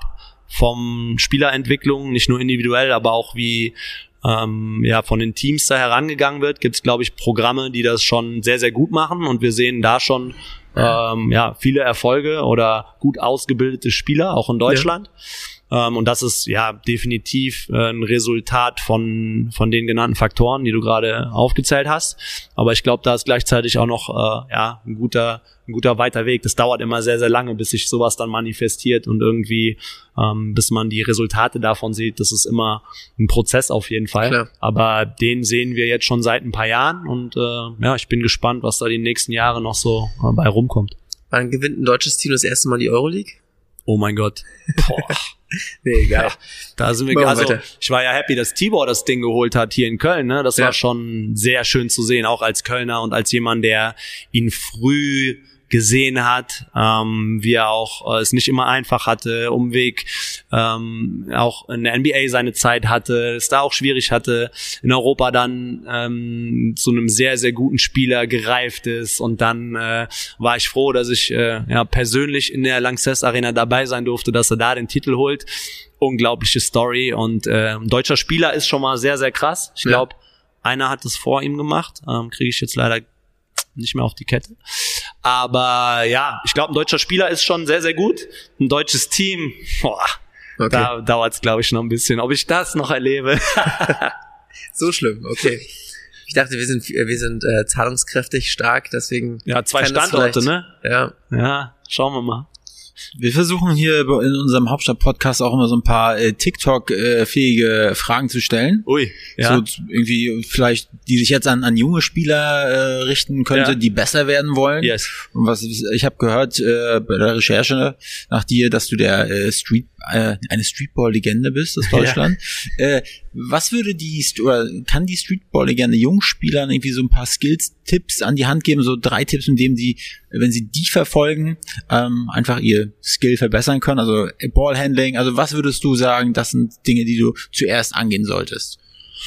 vom Spielerentwicklung, nicht nur individuell, aber auch wie ähm, ja von den Teams da herangegangen wird, gibt es, glaube ich, Programme, die das schon sehr, sehr gut machen und wir sehen da schon ähm, ja viele Erfolge oder gut ausgebildete Spieler, auch in Deutschland. Ja. Ähm, und das ist ja definitiv äh, ein Resultat von von den genannten Faktoren, die du gerade aufgezählt hast. Aber ich glaube, da ist gleichzeitig auch noch äh, ja ein guter ein guter weiter Weg. Das dauert immer sehr, sehr lange, bis sich sowas dann manifestiert und irgendwie, ähm, bis man die Resultate davon sieht. Das ist immer ein Prozess auf jeden Fall. Klar. Aber den sehen wir jetzt schon seit ein paar Jahren und äh, ja, ich bin gespannt, was da die nächsten Jahre noch so äh, bei rumkommt. Wann gewinnt ein deutsches Team das erste Mal die Euroleague? Oh mein Gott. Boah. Nee, egal. Ja, da sind wir, also weiter. Ich war ja happy, dass Tibor das Ding geholt hat hier in Köln, ne? Das ja. war schon sehr schön zu sehen, auch als Kölner und als jemand, der ihn früh gesehen hat, ähm, wie er auch äh, es nicht immer einfach hatte, Umweg, ähm, auch in der N B A seine Zeit hatte, es da auch schwierig hatte, in Europa dann ähm, zu einem sehr, sehr guten Spieler gereift ist und dann äh, war ich froh, dass ich äh, ja persönlich in der Lanxess Arena dabei sein durfte, dass er da den Titel holt. Unglaubliche Story und äh, ein deutscher Spieler ist schon mal sehr, sehr krass. Ich glaube, ja. einer hat es vor ihm gemacht, ähm, kriege ich jetzt leider nicht mehr auf die Kette. Aber ja, ich glaube, ein deutscher Spieler ist schon sehr, sehr gut. Ein deutsches Team, boah, okay. Da dauert es, glaube ich, noch ein bisschen, ob ich das noch erlebe. So schlimm, okay. Ich dachte, wir sind wir sind äh, zahlungskräftig, stark, deswegen... Ja, zwei Standorte, ne? Ja. Ja, schauen wir mal. Wir versuchen hier in unserem Hauptstadt-Podcast auch immer so ein paar äh, TikTok-fähige äh, Fragen zu stellen. Ui, ja. So irgendwie vielleicht, die sich jetzt an, an junge Spieler äh, richten könnte, ja. die besser werden wollen. Yes. Und was ich, ich habe gehört äh, bei der Recherche nach dir, dass du der äh, Street äh, eine Streetball-Legende bist aus Deutschland. Ja. Äh, was würde die oder kann die Streetball-Legende Jungspielern irgendwie so ein paar Skills-Tipps an die Hand geben, so drei Tipps, mit denen sie, wenn sie die verfolgen, ähm, einfach ihr Skill verbessern können, also Ballhandling, also was würdest du sagen, das sind Dinge, die du zuerst angehen solltest?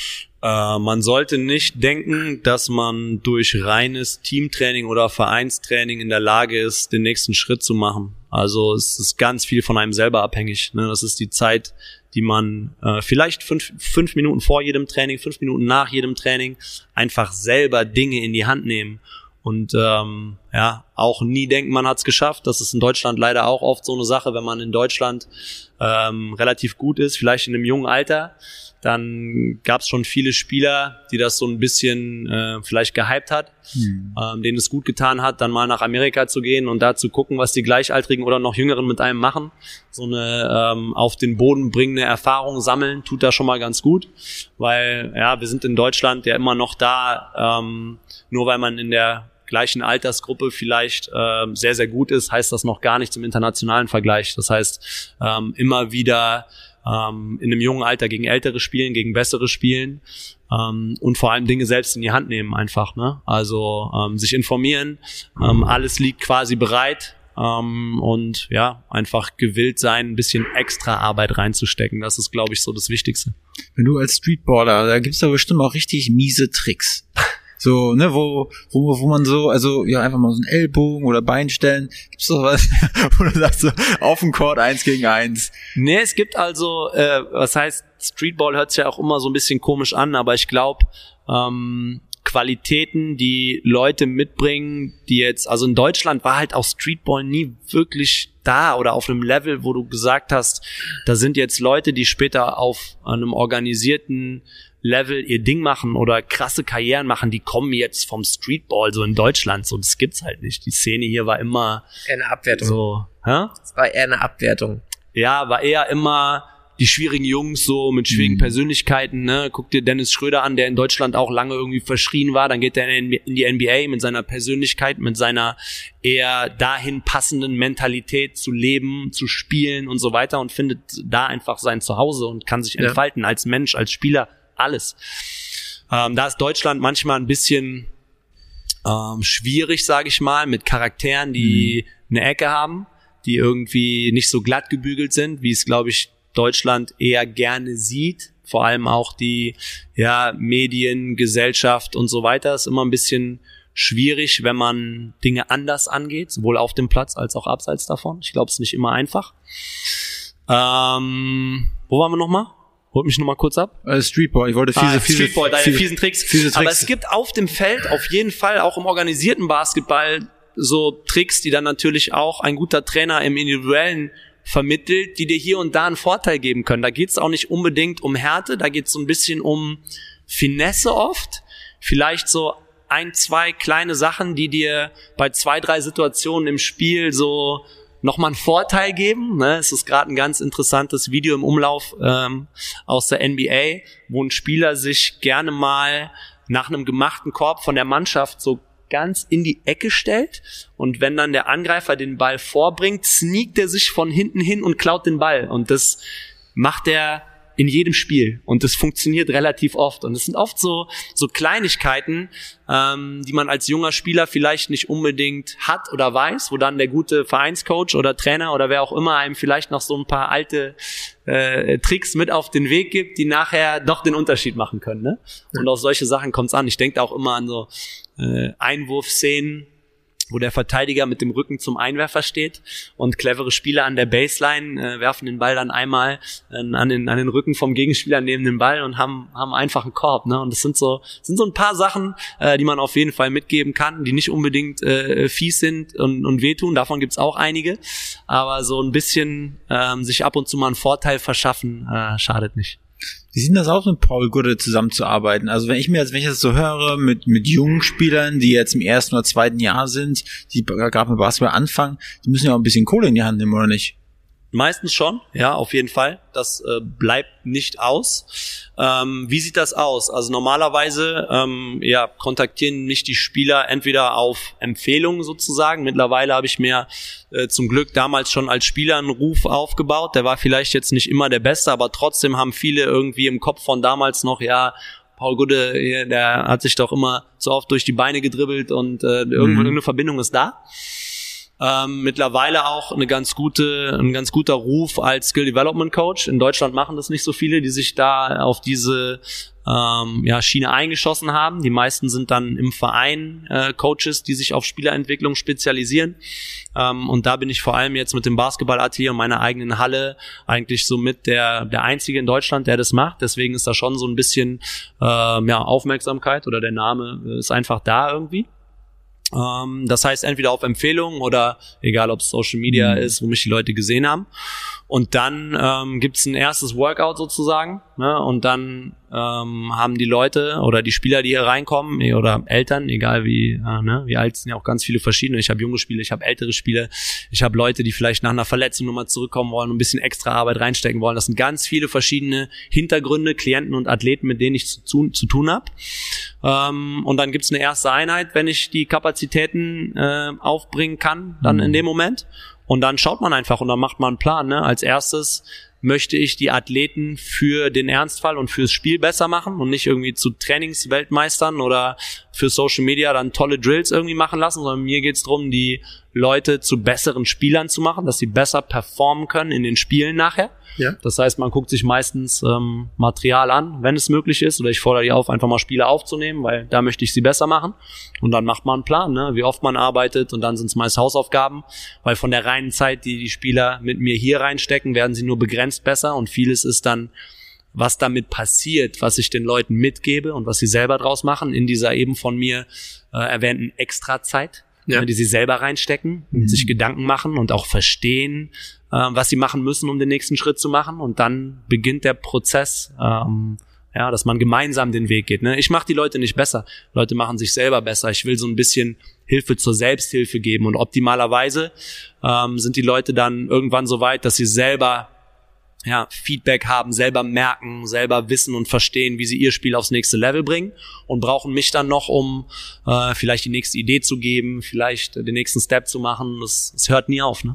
Äh, man sollte nicht denken, dass man durch reines Teamtraining oder Vereinstraining in der Lage ist, den nächsten Schritt zu machen. Also es ist ganz viel von einem selber abhängig, ne? Das ist die Zeit, die man äh, vielleicht fünf, fünf Minuten vor jedem Training, fünf Minuten nach jedem Training einfach selber Dinge in die Hand nehmen. Und ähm, ja, auch nie denken, man hat's geschafft. Das ist in Deutschland leider auch oft so eine Sache, wenn man in Deutschland ähm, relativ gut ist, vielleicht in einem jungen Alter, dann gab's schon viele Spieler, die das so ein bisschen äh, vielleicht gehypt hat, hm. ähm, denen es gut getan hat, dann mal nach Amerika zu gehen und da zu gucken, was die Gleichaltrigen oder noch Jüngeren mit einem machen. So eine ähm, auf den Boden bringende Erfahrung sammeln, tut da schon mal ganz gut, weil ja, wir sind in Deutschland ja immer noch da, ähm, nur weil man in der gleichen Altersgruppe vielleicht äh, sehr, sehr gut ist, heißt das noch gar nichts im internationalen Vergleich. Das heißt, ähm, immer wieder ähm, in einem jungen Alter gegen Ältere spielen, gegen Bessere spielen ähm, und vor allem Dinge selbst in die Hand nehmen einfach, ne? Also ähm, sich informieren, ähm, alles liegt quasi bereit ähm, und ja, einfach gewillt sein, ein bisschen extra Arbeit reinzustecken. Das ist, glaube ich, so das Wichtigste. Wenn du als Streetballer, da gibt's da bestimmt auch richtig miese Tricks. So, ne, wo, wo, wo man so, also, ja, einfach mal so einen Ellbogen oder Bein stellen. Gibt's doch was, wo du sagst so, auf dem Court eins gegen eins? Nee, es gibt also, äh, was heißt, Streetball hört sich ja auch immer so ein bisschen komisch an, aber ich glaube, ähm, Qualitäten, die Leute mitbringen, die jetzt, also in Deutschland war halt auch Streetball nie wirklich da oder auf einem Level, wo du gesagt hast, da sind jetzt Leute, die später auf einem organisierten Level ihr Ding machen oder krasse Karrieren machen, die kommen jetzt vom Streetball so in Deutschland. So, das gibt's halt nicht. Die Szene hier war immer Eher eine Abwertung. so, hä? Es war eher eine Abwertung. Ja, war eher immer die schwierigen Jungs so mit schwierigen Mhm. Persönlichkeiten, ne? Guck dir Dennis Schröder an, der in Deutschland auch lange irgendwie verschrien war, dann geht er in die N B A mit seiner Persönlichkeit, mit seiner eher dahin passenden Mentalität zu leben, zu spielen und so weiter und findet da einfach sein Zuhause und kann sich Ja. entfalten als Mensch, als Spieler, alles. Ähm, da ist Deutschland manchmal ein bisschen ähm, schwierig, sage ich mal, mit Charakteren, die eine Ecke haben, die irgendwie nicht so glatt gebügelt sind, wie es, glaube ich, Deutschland eher gerne sieht. Vor allem auch die ja, Medien, Gesellschaft und so weiter. Ist immer ein bisschen schwierig, wenn man Dinge anders angeht, sowohl auf dem Platz als auch abseits davon. Ich glaube, es ist nicht immer einfach. Ähm, wo waren wir nochmal? Holt mich nochmal kurz ab. Äh, Streetball, ich wollte fiese, Ah, fiese, Streetball, deine fiese, fiesen Tricks. fiese Tricks. Aber es gibt auf dem Feld auf jeden Fall, auch im organisierten Basketball, so Tricks, die dann natürlich auch ein guter Trainer im Individuellen vermittelt, die dir hier und da einen Vorteil geben können. Da geht es auch nicht unbedingt um Härte, da geht es so ein bisschen um Finesse oft. Vielleicht so ein, zwei kleine Sachen, die dir bei zwei, drei Situationen im Spiel so nochmal einen Vorteil geben. Ne? Es ist gerade ein ganz interessantes Video im Umlauf ähm, aus der N B A, wo ein Spieler sich gerne mal nach einem gemachten Korb von der Mannschaft so ganz in die Ecke stellt und wenn dann der Angreifer den Ball vorbringt, sneakt er sich von hinten hin und klaut den Ball und das macht er in jedem Spiel und das funktioniert relativ oft und es sind oft so so Kleinigkeiten, ähm, die man als junger Spieler vielleicht nicht unbedingt hat oder weiß, wo dann der gute Vereinscoach oder Trainer oder wer auch immer einem vielleicht noch so ein paar alte äh, Tricks mit auf den Weg gibt, die nachher doch den Unterschied machen können, ne? Und auf solche Sachen kommt's an. Ich denke auch immer an so äh, Einwurfszenen, wo der Verteidiger mit dem Rücken zum Einwerfer steht und clevere Spieler an der Baseline äh, werfen den Ball dann einmal äh, an den an den Rücken vom Gegenspieler neben den Ball und haben haben einfach einen Korb, ne? Und das sind so sind so ein paar Sachen, äh, die man auf jeden Fall mitgeben kann, die nicht unbedingt äh, fies sind und und wehtun. Davon gibt's auch einige, aber so ein bisschen ähm, sich ab und zu mal einen Vorteil verschaffen äh, schadet nicht. Wie sieht das aus, mit Paul Gudde zusammenzuarbeiten? Also wenn ich mir, wenn ich das so höre, mit mit jungen Spielern, die jetzt im ersten oder zweiten Jahr sind, die gerade mit Basketball anfangen, die müssen ja auch ein bisschen Kohle in die Hand nehmen, oder nicht? Meistens schon, ja, auf jeden Fall. Das äh, bleibt nicht aus. Ähm, wie sieht das aus? Also normalerweise ähm, ja, kontaktieren mich die Spieler entweder auf Empfehlungen sozusagen. Mittlerweile habe ich mir äh, zum Glück damals schon als Spieler einen Ruf aufgebaut. Der war vielleicht jetzt nicht immer der Beste, aber trotzdem haben viele irgendwie im Kopf von damals noch, ja, Paul Gudde, der hat sich doch immer so oft durch die Beine gedribbelt und äh, irgendwo Mhm. irgendeine Verbindung ist da. Ähm, mittlerweile auch eine ganz gute, ein ganz guter Ruf als Skill Development Coach. In Deutschland machen das nicht so viele, die sich da auf diese ähm, ja, Schiene eingeschossen haben. Die meisten sind dann im Verein äh, Coaches, die sich auf Spielerentwicklung spezialisieren. Ähm, und da bin ich vor allem jetzt mit dem Basketballatelier und meiner eigenen Halle eigentlich so mit der der einzige in Deutschland, der das macht. Deswegen ist da schon so ein bisschen ähm, ja, Aufmerksamkeit oder der Name ist einfach da irgendwie. Ähm, das heißt entweder auf Empfehlung oder egal ob es Social Media Mhm. ist, wo mich die Leute gesehen haben. Und dann ähm, gibt's ein erstes Workout sozusagen, ne? Und dann ähm, haben die Leute oder die Spieler, die hier reinkommen oder Eltern, egal wie äh, ne, wie alt, sind ja auch ganz viele verschiedene. Ich habe junge Spieler, ich habe ältere Spieler, ich habe Leute, die vielleicht nach einer Verletzung nochmal zurückkommen wollen und ein bisschen extra Arbeit reinstecken wollen. Das sind ganz viele verschiedene Hintergründe, Klienten und Athleten, mit denen ich zu, zu, zu tun habe. Ähm, und dann gibt's eine erste Einheit, wenn ich die Kapazitäten äh, aufbringen kann, dann Mhm. in dem Moment. Und dann schaut man einfach und dann macht man einen Plan. Ne? Als erstes möchte ich die Athleten für den Ernstfall und fürs Spiel besser machen und nicht irgendwie zu Trainingsweltmeistern oder für Social Media dann tolle Drills irgendwie machen lassen, sondern mir geht's darum, die Leute zu besseren Spielern zu machen, dass sie besser performen können in den Spielen nachher. Ja. Das heißt, man guckt sich meistens ähm, Material an, wenn es möglich ist, oder ich fordere die auf, einfach mal Spiele aufzunehmen, weil da möchte ich sie besser machen. Und dann macht man einen Plan, ne? Wie oft man arbeitet, und dann sind es meist Hausaufgaben, weil von der reinen Zeit, die die Spieler mit mir hier reinstecken, werden sie nur begrenzt besser, und vieles ist dann, was damit passiert, was ich den Leuten mitgebe und was sie selber draus machen in dieser eben von mir äh, erwähnten Extrazeit, Ja. ne, die sie selber reinstecken und Mhm. sich Gedanken machen und auch verstehen, äh, was sie machen müssen, um den nächsten Schritt zu machen. Und dann beginnt der Prozess, ähm, Ja, dass man gemeinsam den Weg geht. Ne? Ich mache die Leute nicht besser. Leute machen sich selber besser. Ich will so ein bisschen Hilfe zur Selbsthilfe geben. Und optimalerweise ähm, sind die Leute dann irgendwann so weit, dass sie selber ja, Feedback haben, selber merken, selber wissen und verstehen, wie sie ihr Spiel aufs nächste Level bringen und brauchen mich dann noch, um äh, vielleicht die nächste Idee zu geben, vielleicht den nächsten Step zu machen. Das, das hört nie auf, ne?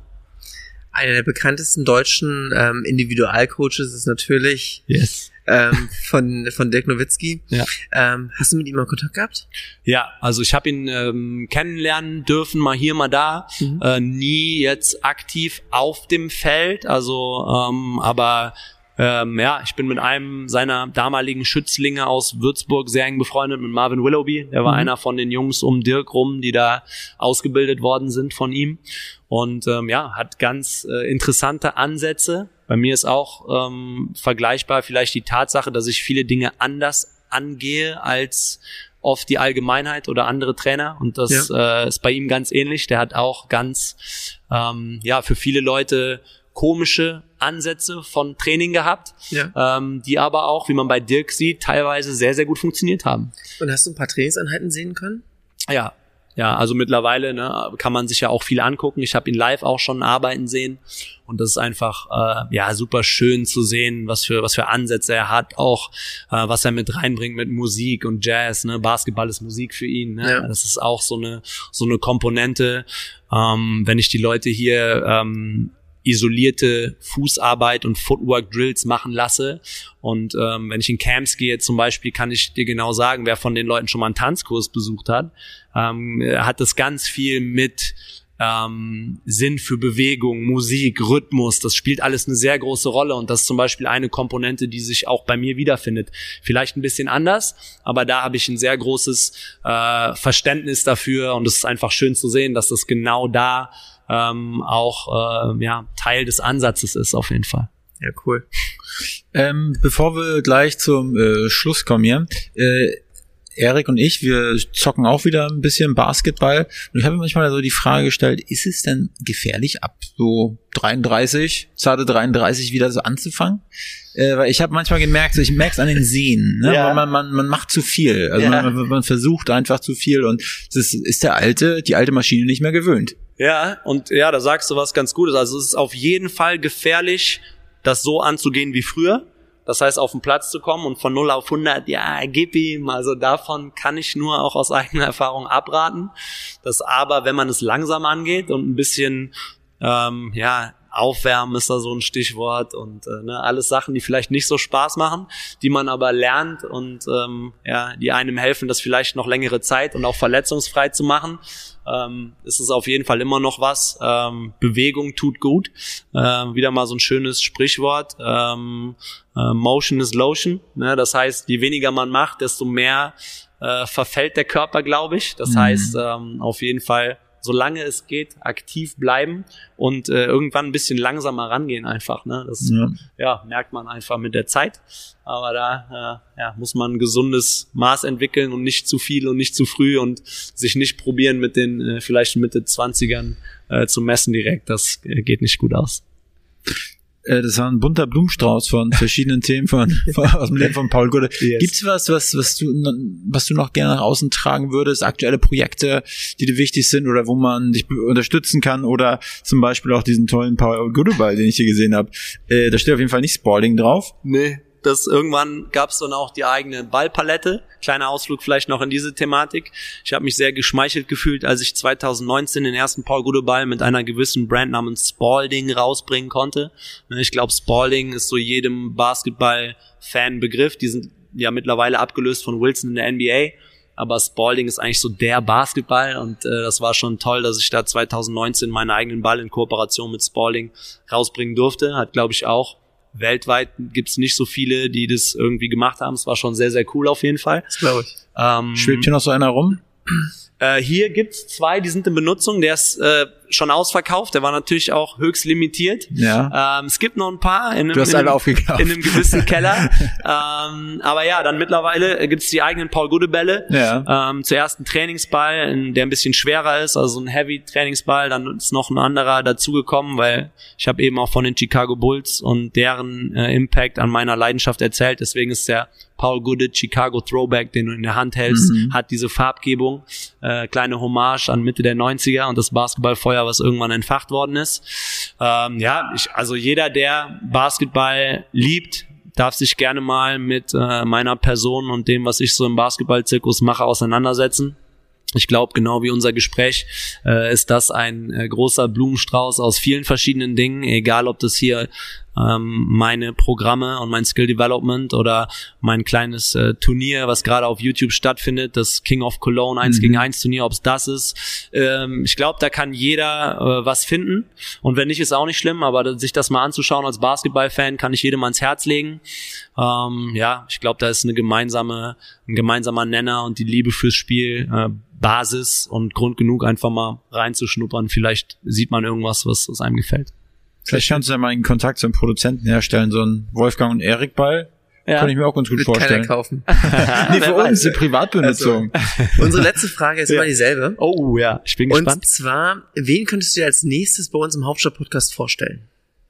Einer der bekanntesten deutschen ähm, Individualcoaches ist natürlich yes. ähm, von von Dirk Nowitzki. Ja. Ähm, hast du mit ihm mal Kontakt gehabt? Ja, also ich habe ihn ähm, kennenlernen dürfen, mal hier, mal da. Mhm. Äh, nie jetzt aktiv auf dem Feld, also ähm, aber ähm, ja, ich bin mit einem seiner damaligen Schützlinge aus Würzburg sehr eng befreundet, mit Marvin Willoughby. Der war mhm. einer von den Jungs um Dirk rum, die da ausgebildet worden sind von ihm. Und ähm, ja, hat ganz äh, interessante Ansätze. Bei mir ist auch ähm, vergleichbar vielleicht die Tatsache, dass ich viele Dinge anders angehe als oft die Allgemeinheit oder andere Trainer. Und das ja. äh, ist bei ihm ganz ähnlich. Der hat auch ganz, ähm, ja, für viele Leute komische Ansätze von Training gehabt, ja. ähm, die aber auch, wie man bei Dirk sieht, teilweise sehr, sehr gut funktioniert haben. Und hast du ein paar Trainingseinheiten sehen können? Ja, ja, also mittlerweile ne, kann man sich ja auch viel angucken. Ich habe ihn live auch schon arbeiten sehen und das ist einfach äh, ja super schön zu sehen, was für was für Ansätze er hat, auch äh, was er mit reinbringt mit Musik und Jazz. Ne, Basketball ist Musik für ihn. Ne? Ja. Das ist auch so eine so eine Komponente. Ähm, wenn ich die Leute hier ähm, isolierte Fußarbeit und Footwork-Drills machen lasse. Und ähm, wenn ich in Camps gehe zum Beispiel, kann ich dir genau sagen, wer von den Leuten schon mal einen Tanzkurs besucht hat, ähm, hat das ganz viel mit ähm, Sinn für Bewegung, Musik, Rhythmus. Das spielt alles eine sehr große Rolle und das ist zum Beispiel eine Komponente, die sich auch bei mir wiederfindet. Vielleicht ein bisschen anders, aber da habe ich ein sehr großes äh, Verständnis dafür und es ist einfach schön zu sehen, dass das genau da Ähm, auch äh, ja Teil des Ansatzes ist auf jeden Fall. Ja, cool. Ähm, bevor wir gleich zum äh, Schluss kommen hier, äh, Erik und ich, wir zocken auch wieder ein bisschen Basketball und ich habe mir manchmal so die Frage gestellt, ist es denn gefährlich ab so dreiunddreißig, zarte dreiunddreißig wieder so anzufangen? Äh, weil ich habe manchmal gemerkt, so ich merke es an den Sehnen, ne? Ja. man, man, man macht zu viel, also ja. man, man versucht einfach zu viel und das ist der alte, die alte Maschine nicht mehr gewöhnt. Ja, und ja, da sagst du was ganz Gutes. Also es ist auf jeden Fall gefährlich, das so anzugehen wie früher. Das heißt, auf den Platz zu kommen und von null auf hundert, ja, gib ihm. Also davon kann ich nur auch aus eigener Erfahrung abraten. Das aber, wenn man es langsam angeht und ein bisschen, ähm, ja, Aufwärmen ist da so ein Stichwort und äh, ne, alles Sachen, die vielleicht nicht so Spaß machen, die man aber lernt und ähm, ja, die einem helfen, das vielleicht noch längere Zeit und auch verletzungsfrei zu machen. Ähm, ist es auf jeden Fall immer noch was. Ähm, Bewegung tut gut. Ähm, wieder mal so ein schönes Sprichwort. Ähm, äh, Motion is Lotion. Ne? Das heißt, je weniger man macht, desto mehr äh, verfällt der Körper, glaube ich. Das mhm. heißt, ähm, auf jeden Fall, solange es geht, aktiv bleiben und äh, irgendwann ein bisschen langsamer rangehen einfach. Ne? Das ja. ja merkt man einfach mit der Zeit. Aber da äh, ja, muss man ein gesundes Maß entwickeln und nicht zu viel und nicht zu früh und sich nicht probieren mit den äh, vielleicht Mitte zwanzigern äh, zu messen direkt. Das äh, geht nicht gut aus. Das war ein bunter Blumenstrauß von verschiedenen Themen von, von aus dem Leben von Paul Gude. Yes. Gibt's was, was, was du, was du noch gerne nach außen tragen würdest? Aktuelle Projekte, die dir wichtig sind oder wo man dich unterstützen kann oder zum Beispiel auch diesen tollen Paul Gude Ball, den ich hier gesehen habe. Äh, da steht auf jeden Fall nicht Spalding drauf. Nee. Das irgendwann gab es dann auch die eigene Ballpalette. Kleiner Ausflug vielleicht noch in diese Thematik. Ich habe mich sehr geschmeichelt gefühlt, als ich zwanzig neunzehn den ersten Paul Gude Ball mit einer gewissen Brand namens Spalding rausbringen konnte. Ich glaube, Spalding ist so jedem Basketball-Fan Begriff. Die sind ja mittlerweile abgelöst von Wilson in der N B A. Aber Spalding ist eigentlich so der Basketball und äh, das war schon toll, dass ich da zwanzig neunzehn meinen eigenen Ball in Kooperation mit Spalding rausbringen durfte. Hat, glaube ich, auch weltweit gibt's nicht so viele, die das irgendwie gemacht haben. Es war schon sehr, sehr cool auf jeden Fall. Das glaube ich. Ähm, Schwebt hier noch so einer rum? Äh, hier gibt's zwei, die sind in Benutzung. Der ist äh, schon ausverkauft. Der war natürlich auch höchst limitiert. Ja. Ähm, es gibt noch ein paar in, du hast in, alle einem, aufgekauft. in einem gewissen Keller. ähm, aber ja, dann mittlerweile gibt's die eigenen Paul Gude Bälle. Ja. Ähm, zuerst ein Trainingsball, der ein bisschen schwerer ist, also ein Heavy-Trainingsball. Dann ist noch ein anderer dazugekommen, weil ich habe eben auch von den Chicago Bulls und deren äh, Impact an meiner Leidenschaft erzählt. Deswegen ist der Paul Gude Chicago Throwback, den du in der Hand hältst, mhm. hat diese Farbgebung, äh, kleine Hommage an Mitte der neunziger und das Basketballfeuer, was irgendwann entfacht worden ist. Ähm, ja, ich, also jeder, der Basketball liebt, darf sich gerne mal mit äh, meiner Person und dem, was ich so im Basketballzirkus mache, auseinandersetzen. Ich glaube, genau wie unser Gespräch, äh, ist das ein äh, großer Blumenstrauß aus vielen verschiedenen Dingen, egal ob das hier ähm, meine Programme und mein Skill Development oder mein kleines äh, Turnier, was gerade auf YouTube stattfindet, das King of Cologne eins gegen eins Turnier, ob es das ist. Ähm, ich glaube, da kann jeder äh, was finden und wenn nicht, ist auch nicht schlimm, aber sich das mal anzuschauen als Basketballfan, kann ich jedem ans Herz legen. Ähm, ja, ich glaube, da ist eine gemeinsame, ein gemeinsamer Nenner und die Liebe fürs Spiel äh, Basis und Grund genug, einfach mal reinzuschnuppern. Vielleicht sieht man irgendwas, was, was einem gefällt. Vielleicht kannst du ja mal einen Kontakt zu einem Produzenten herstellen, so ein Wolfgang und Erik Ball. Ja. Kann ich mir auch ganz gut Wird vorstellen. Keiner kaufen. Nee, für uns, die Privatbenutzung. Also, unsere letzte Frage ist ja immer dieselbe. Oh ja, ich bin gespannt. Und zwar, wen könntest du dir als nächstes bei uns im Hauptstadt-Podcast vorstellen?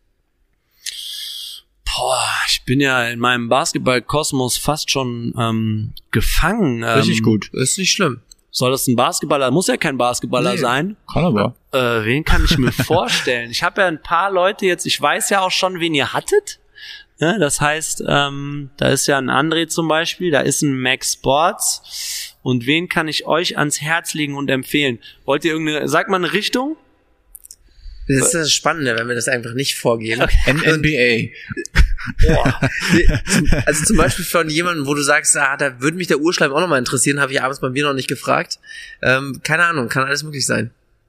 Boah, ich bin ja in meinem Basketball-Kosmos fast schon ähm, gefangen. Richtig ähm, gut. Ist nicht schlimm. Soll das ein Basketballer? Muss ja kein Basketballer Nee. sein. Kann aber. Äh, wen kann ich mir vorstellen? Ich habe ja ein paar Leute jetzt, ich weiß ja auch schon, wen ihr hattet. Ja, das heißt, ähm, da ist ja ein André zum Beispiel, da ist ein Max Sports. Und wen kann ich euch ans Herz legen und empfehlen? Wollt ihr irgendeine, sag mal eine Richtung? Das ist das Spannende, wenn wir das einfach nicht vorgeben. N B A. Boah. Also zum Beispiel von jemandem, wo du sagst, ah, da würde mich der Urschleim auch nochmal interessieren, habe ich abends bei mir noch nicht gefragt. Ähm, keine Ahnung, kann alles möglich sein.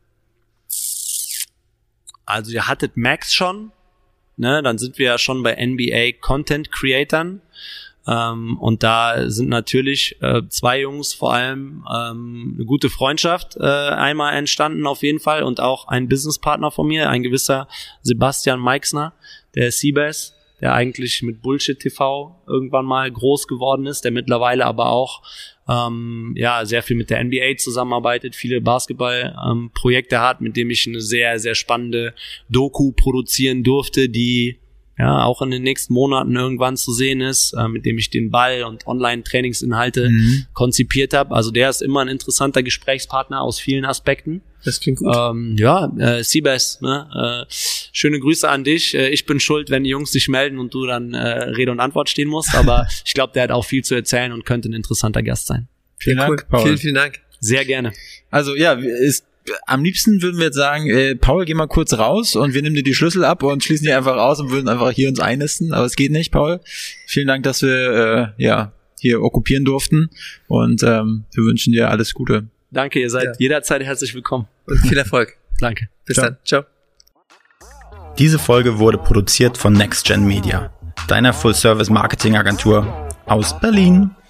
Also ihr hattet Max schon, ne? Dann sind wir ja schon bei N B A Content Creatern. Ähm, und da sind natürlich äh, zwei Jungs vor allem ähm, eine gute Freundschaft äh, einmal entstanden auf jeden Fall und auch ein Businesspartner von mir, ein gewisser Sebastian Meixner, der Seabass, der eigentlich mit Bullshit T V irgendwann mal groß geworden ist, der mittlerweile aber auch ähm, ja sehr viel mit der N B A zusammenarbeitet, viele Basketball-Projekte ähm, hat, mit dem ich eine sehr, sehr spannende Doku produzieren durfte, die ja auch in den nächsten Monaten irgendwann zu sehen ist, äh, mit dem ich den Ball und Online-Trainingsinhalte mhm. konzipiert habe. Also der ist immer ein interessanter Gesprächspartner aus vielen Aspekten. Das klingt gut. Ähm, ja, äh, Seabass, ne? äh, schöne Grüße an dich. Äh, ich bin schuld, wenn die Jungs sich melden und du dann äh, Rede und Antwort stehen musst, aber ich glaube, der hat auch viel zu erzählen und könnte ein interessanter Gast sein. Vielen ja, Dank, cool. Paul. Vielen, vielen Dank. Sehr gerne. Also ja, ist am liebsten würden wir jetzt sagen, äh, Paul, geh mal kurz raus und wir nehmen dir die Schlüssel ab und schließen die einfach aus und würden einfach hier uns einnisten, aber es geht nicht, Paul. Vielen Dank, dass wir äh, ja hier okkupieren durften und ähm, wir wünschen dir alles Gute. Danke, ihr seid ja. jederzeit herzlich willkommen. Und viel Erfolg. Danke. Bis Ciao. dann. Ciao. Diese Folge wurde produziert von NextGen Media, deiner Full-Service-Marketing-Agentur aus Berlin.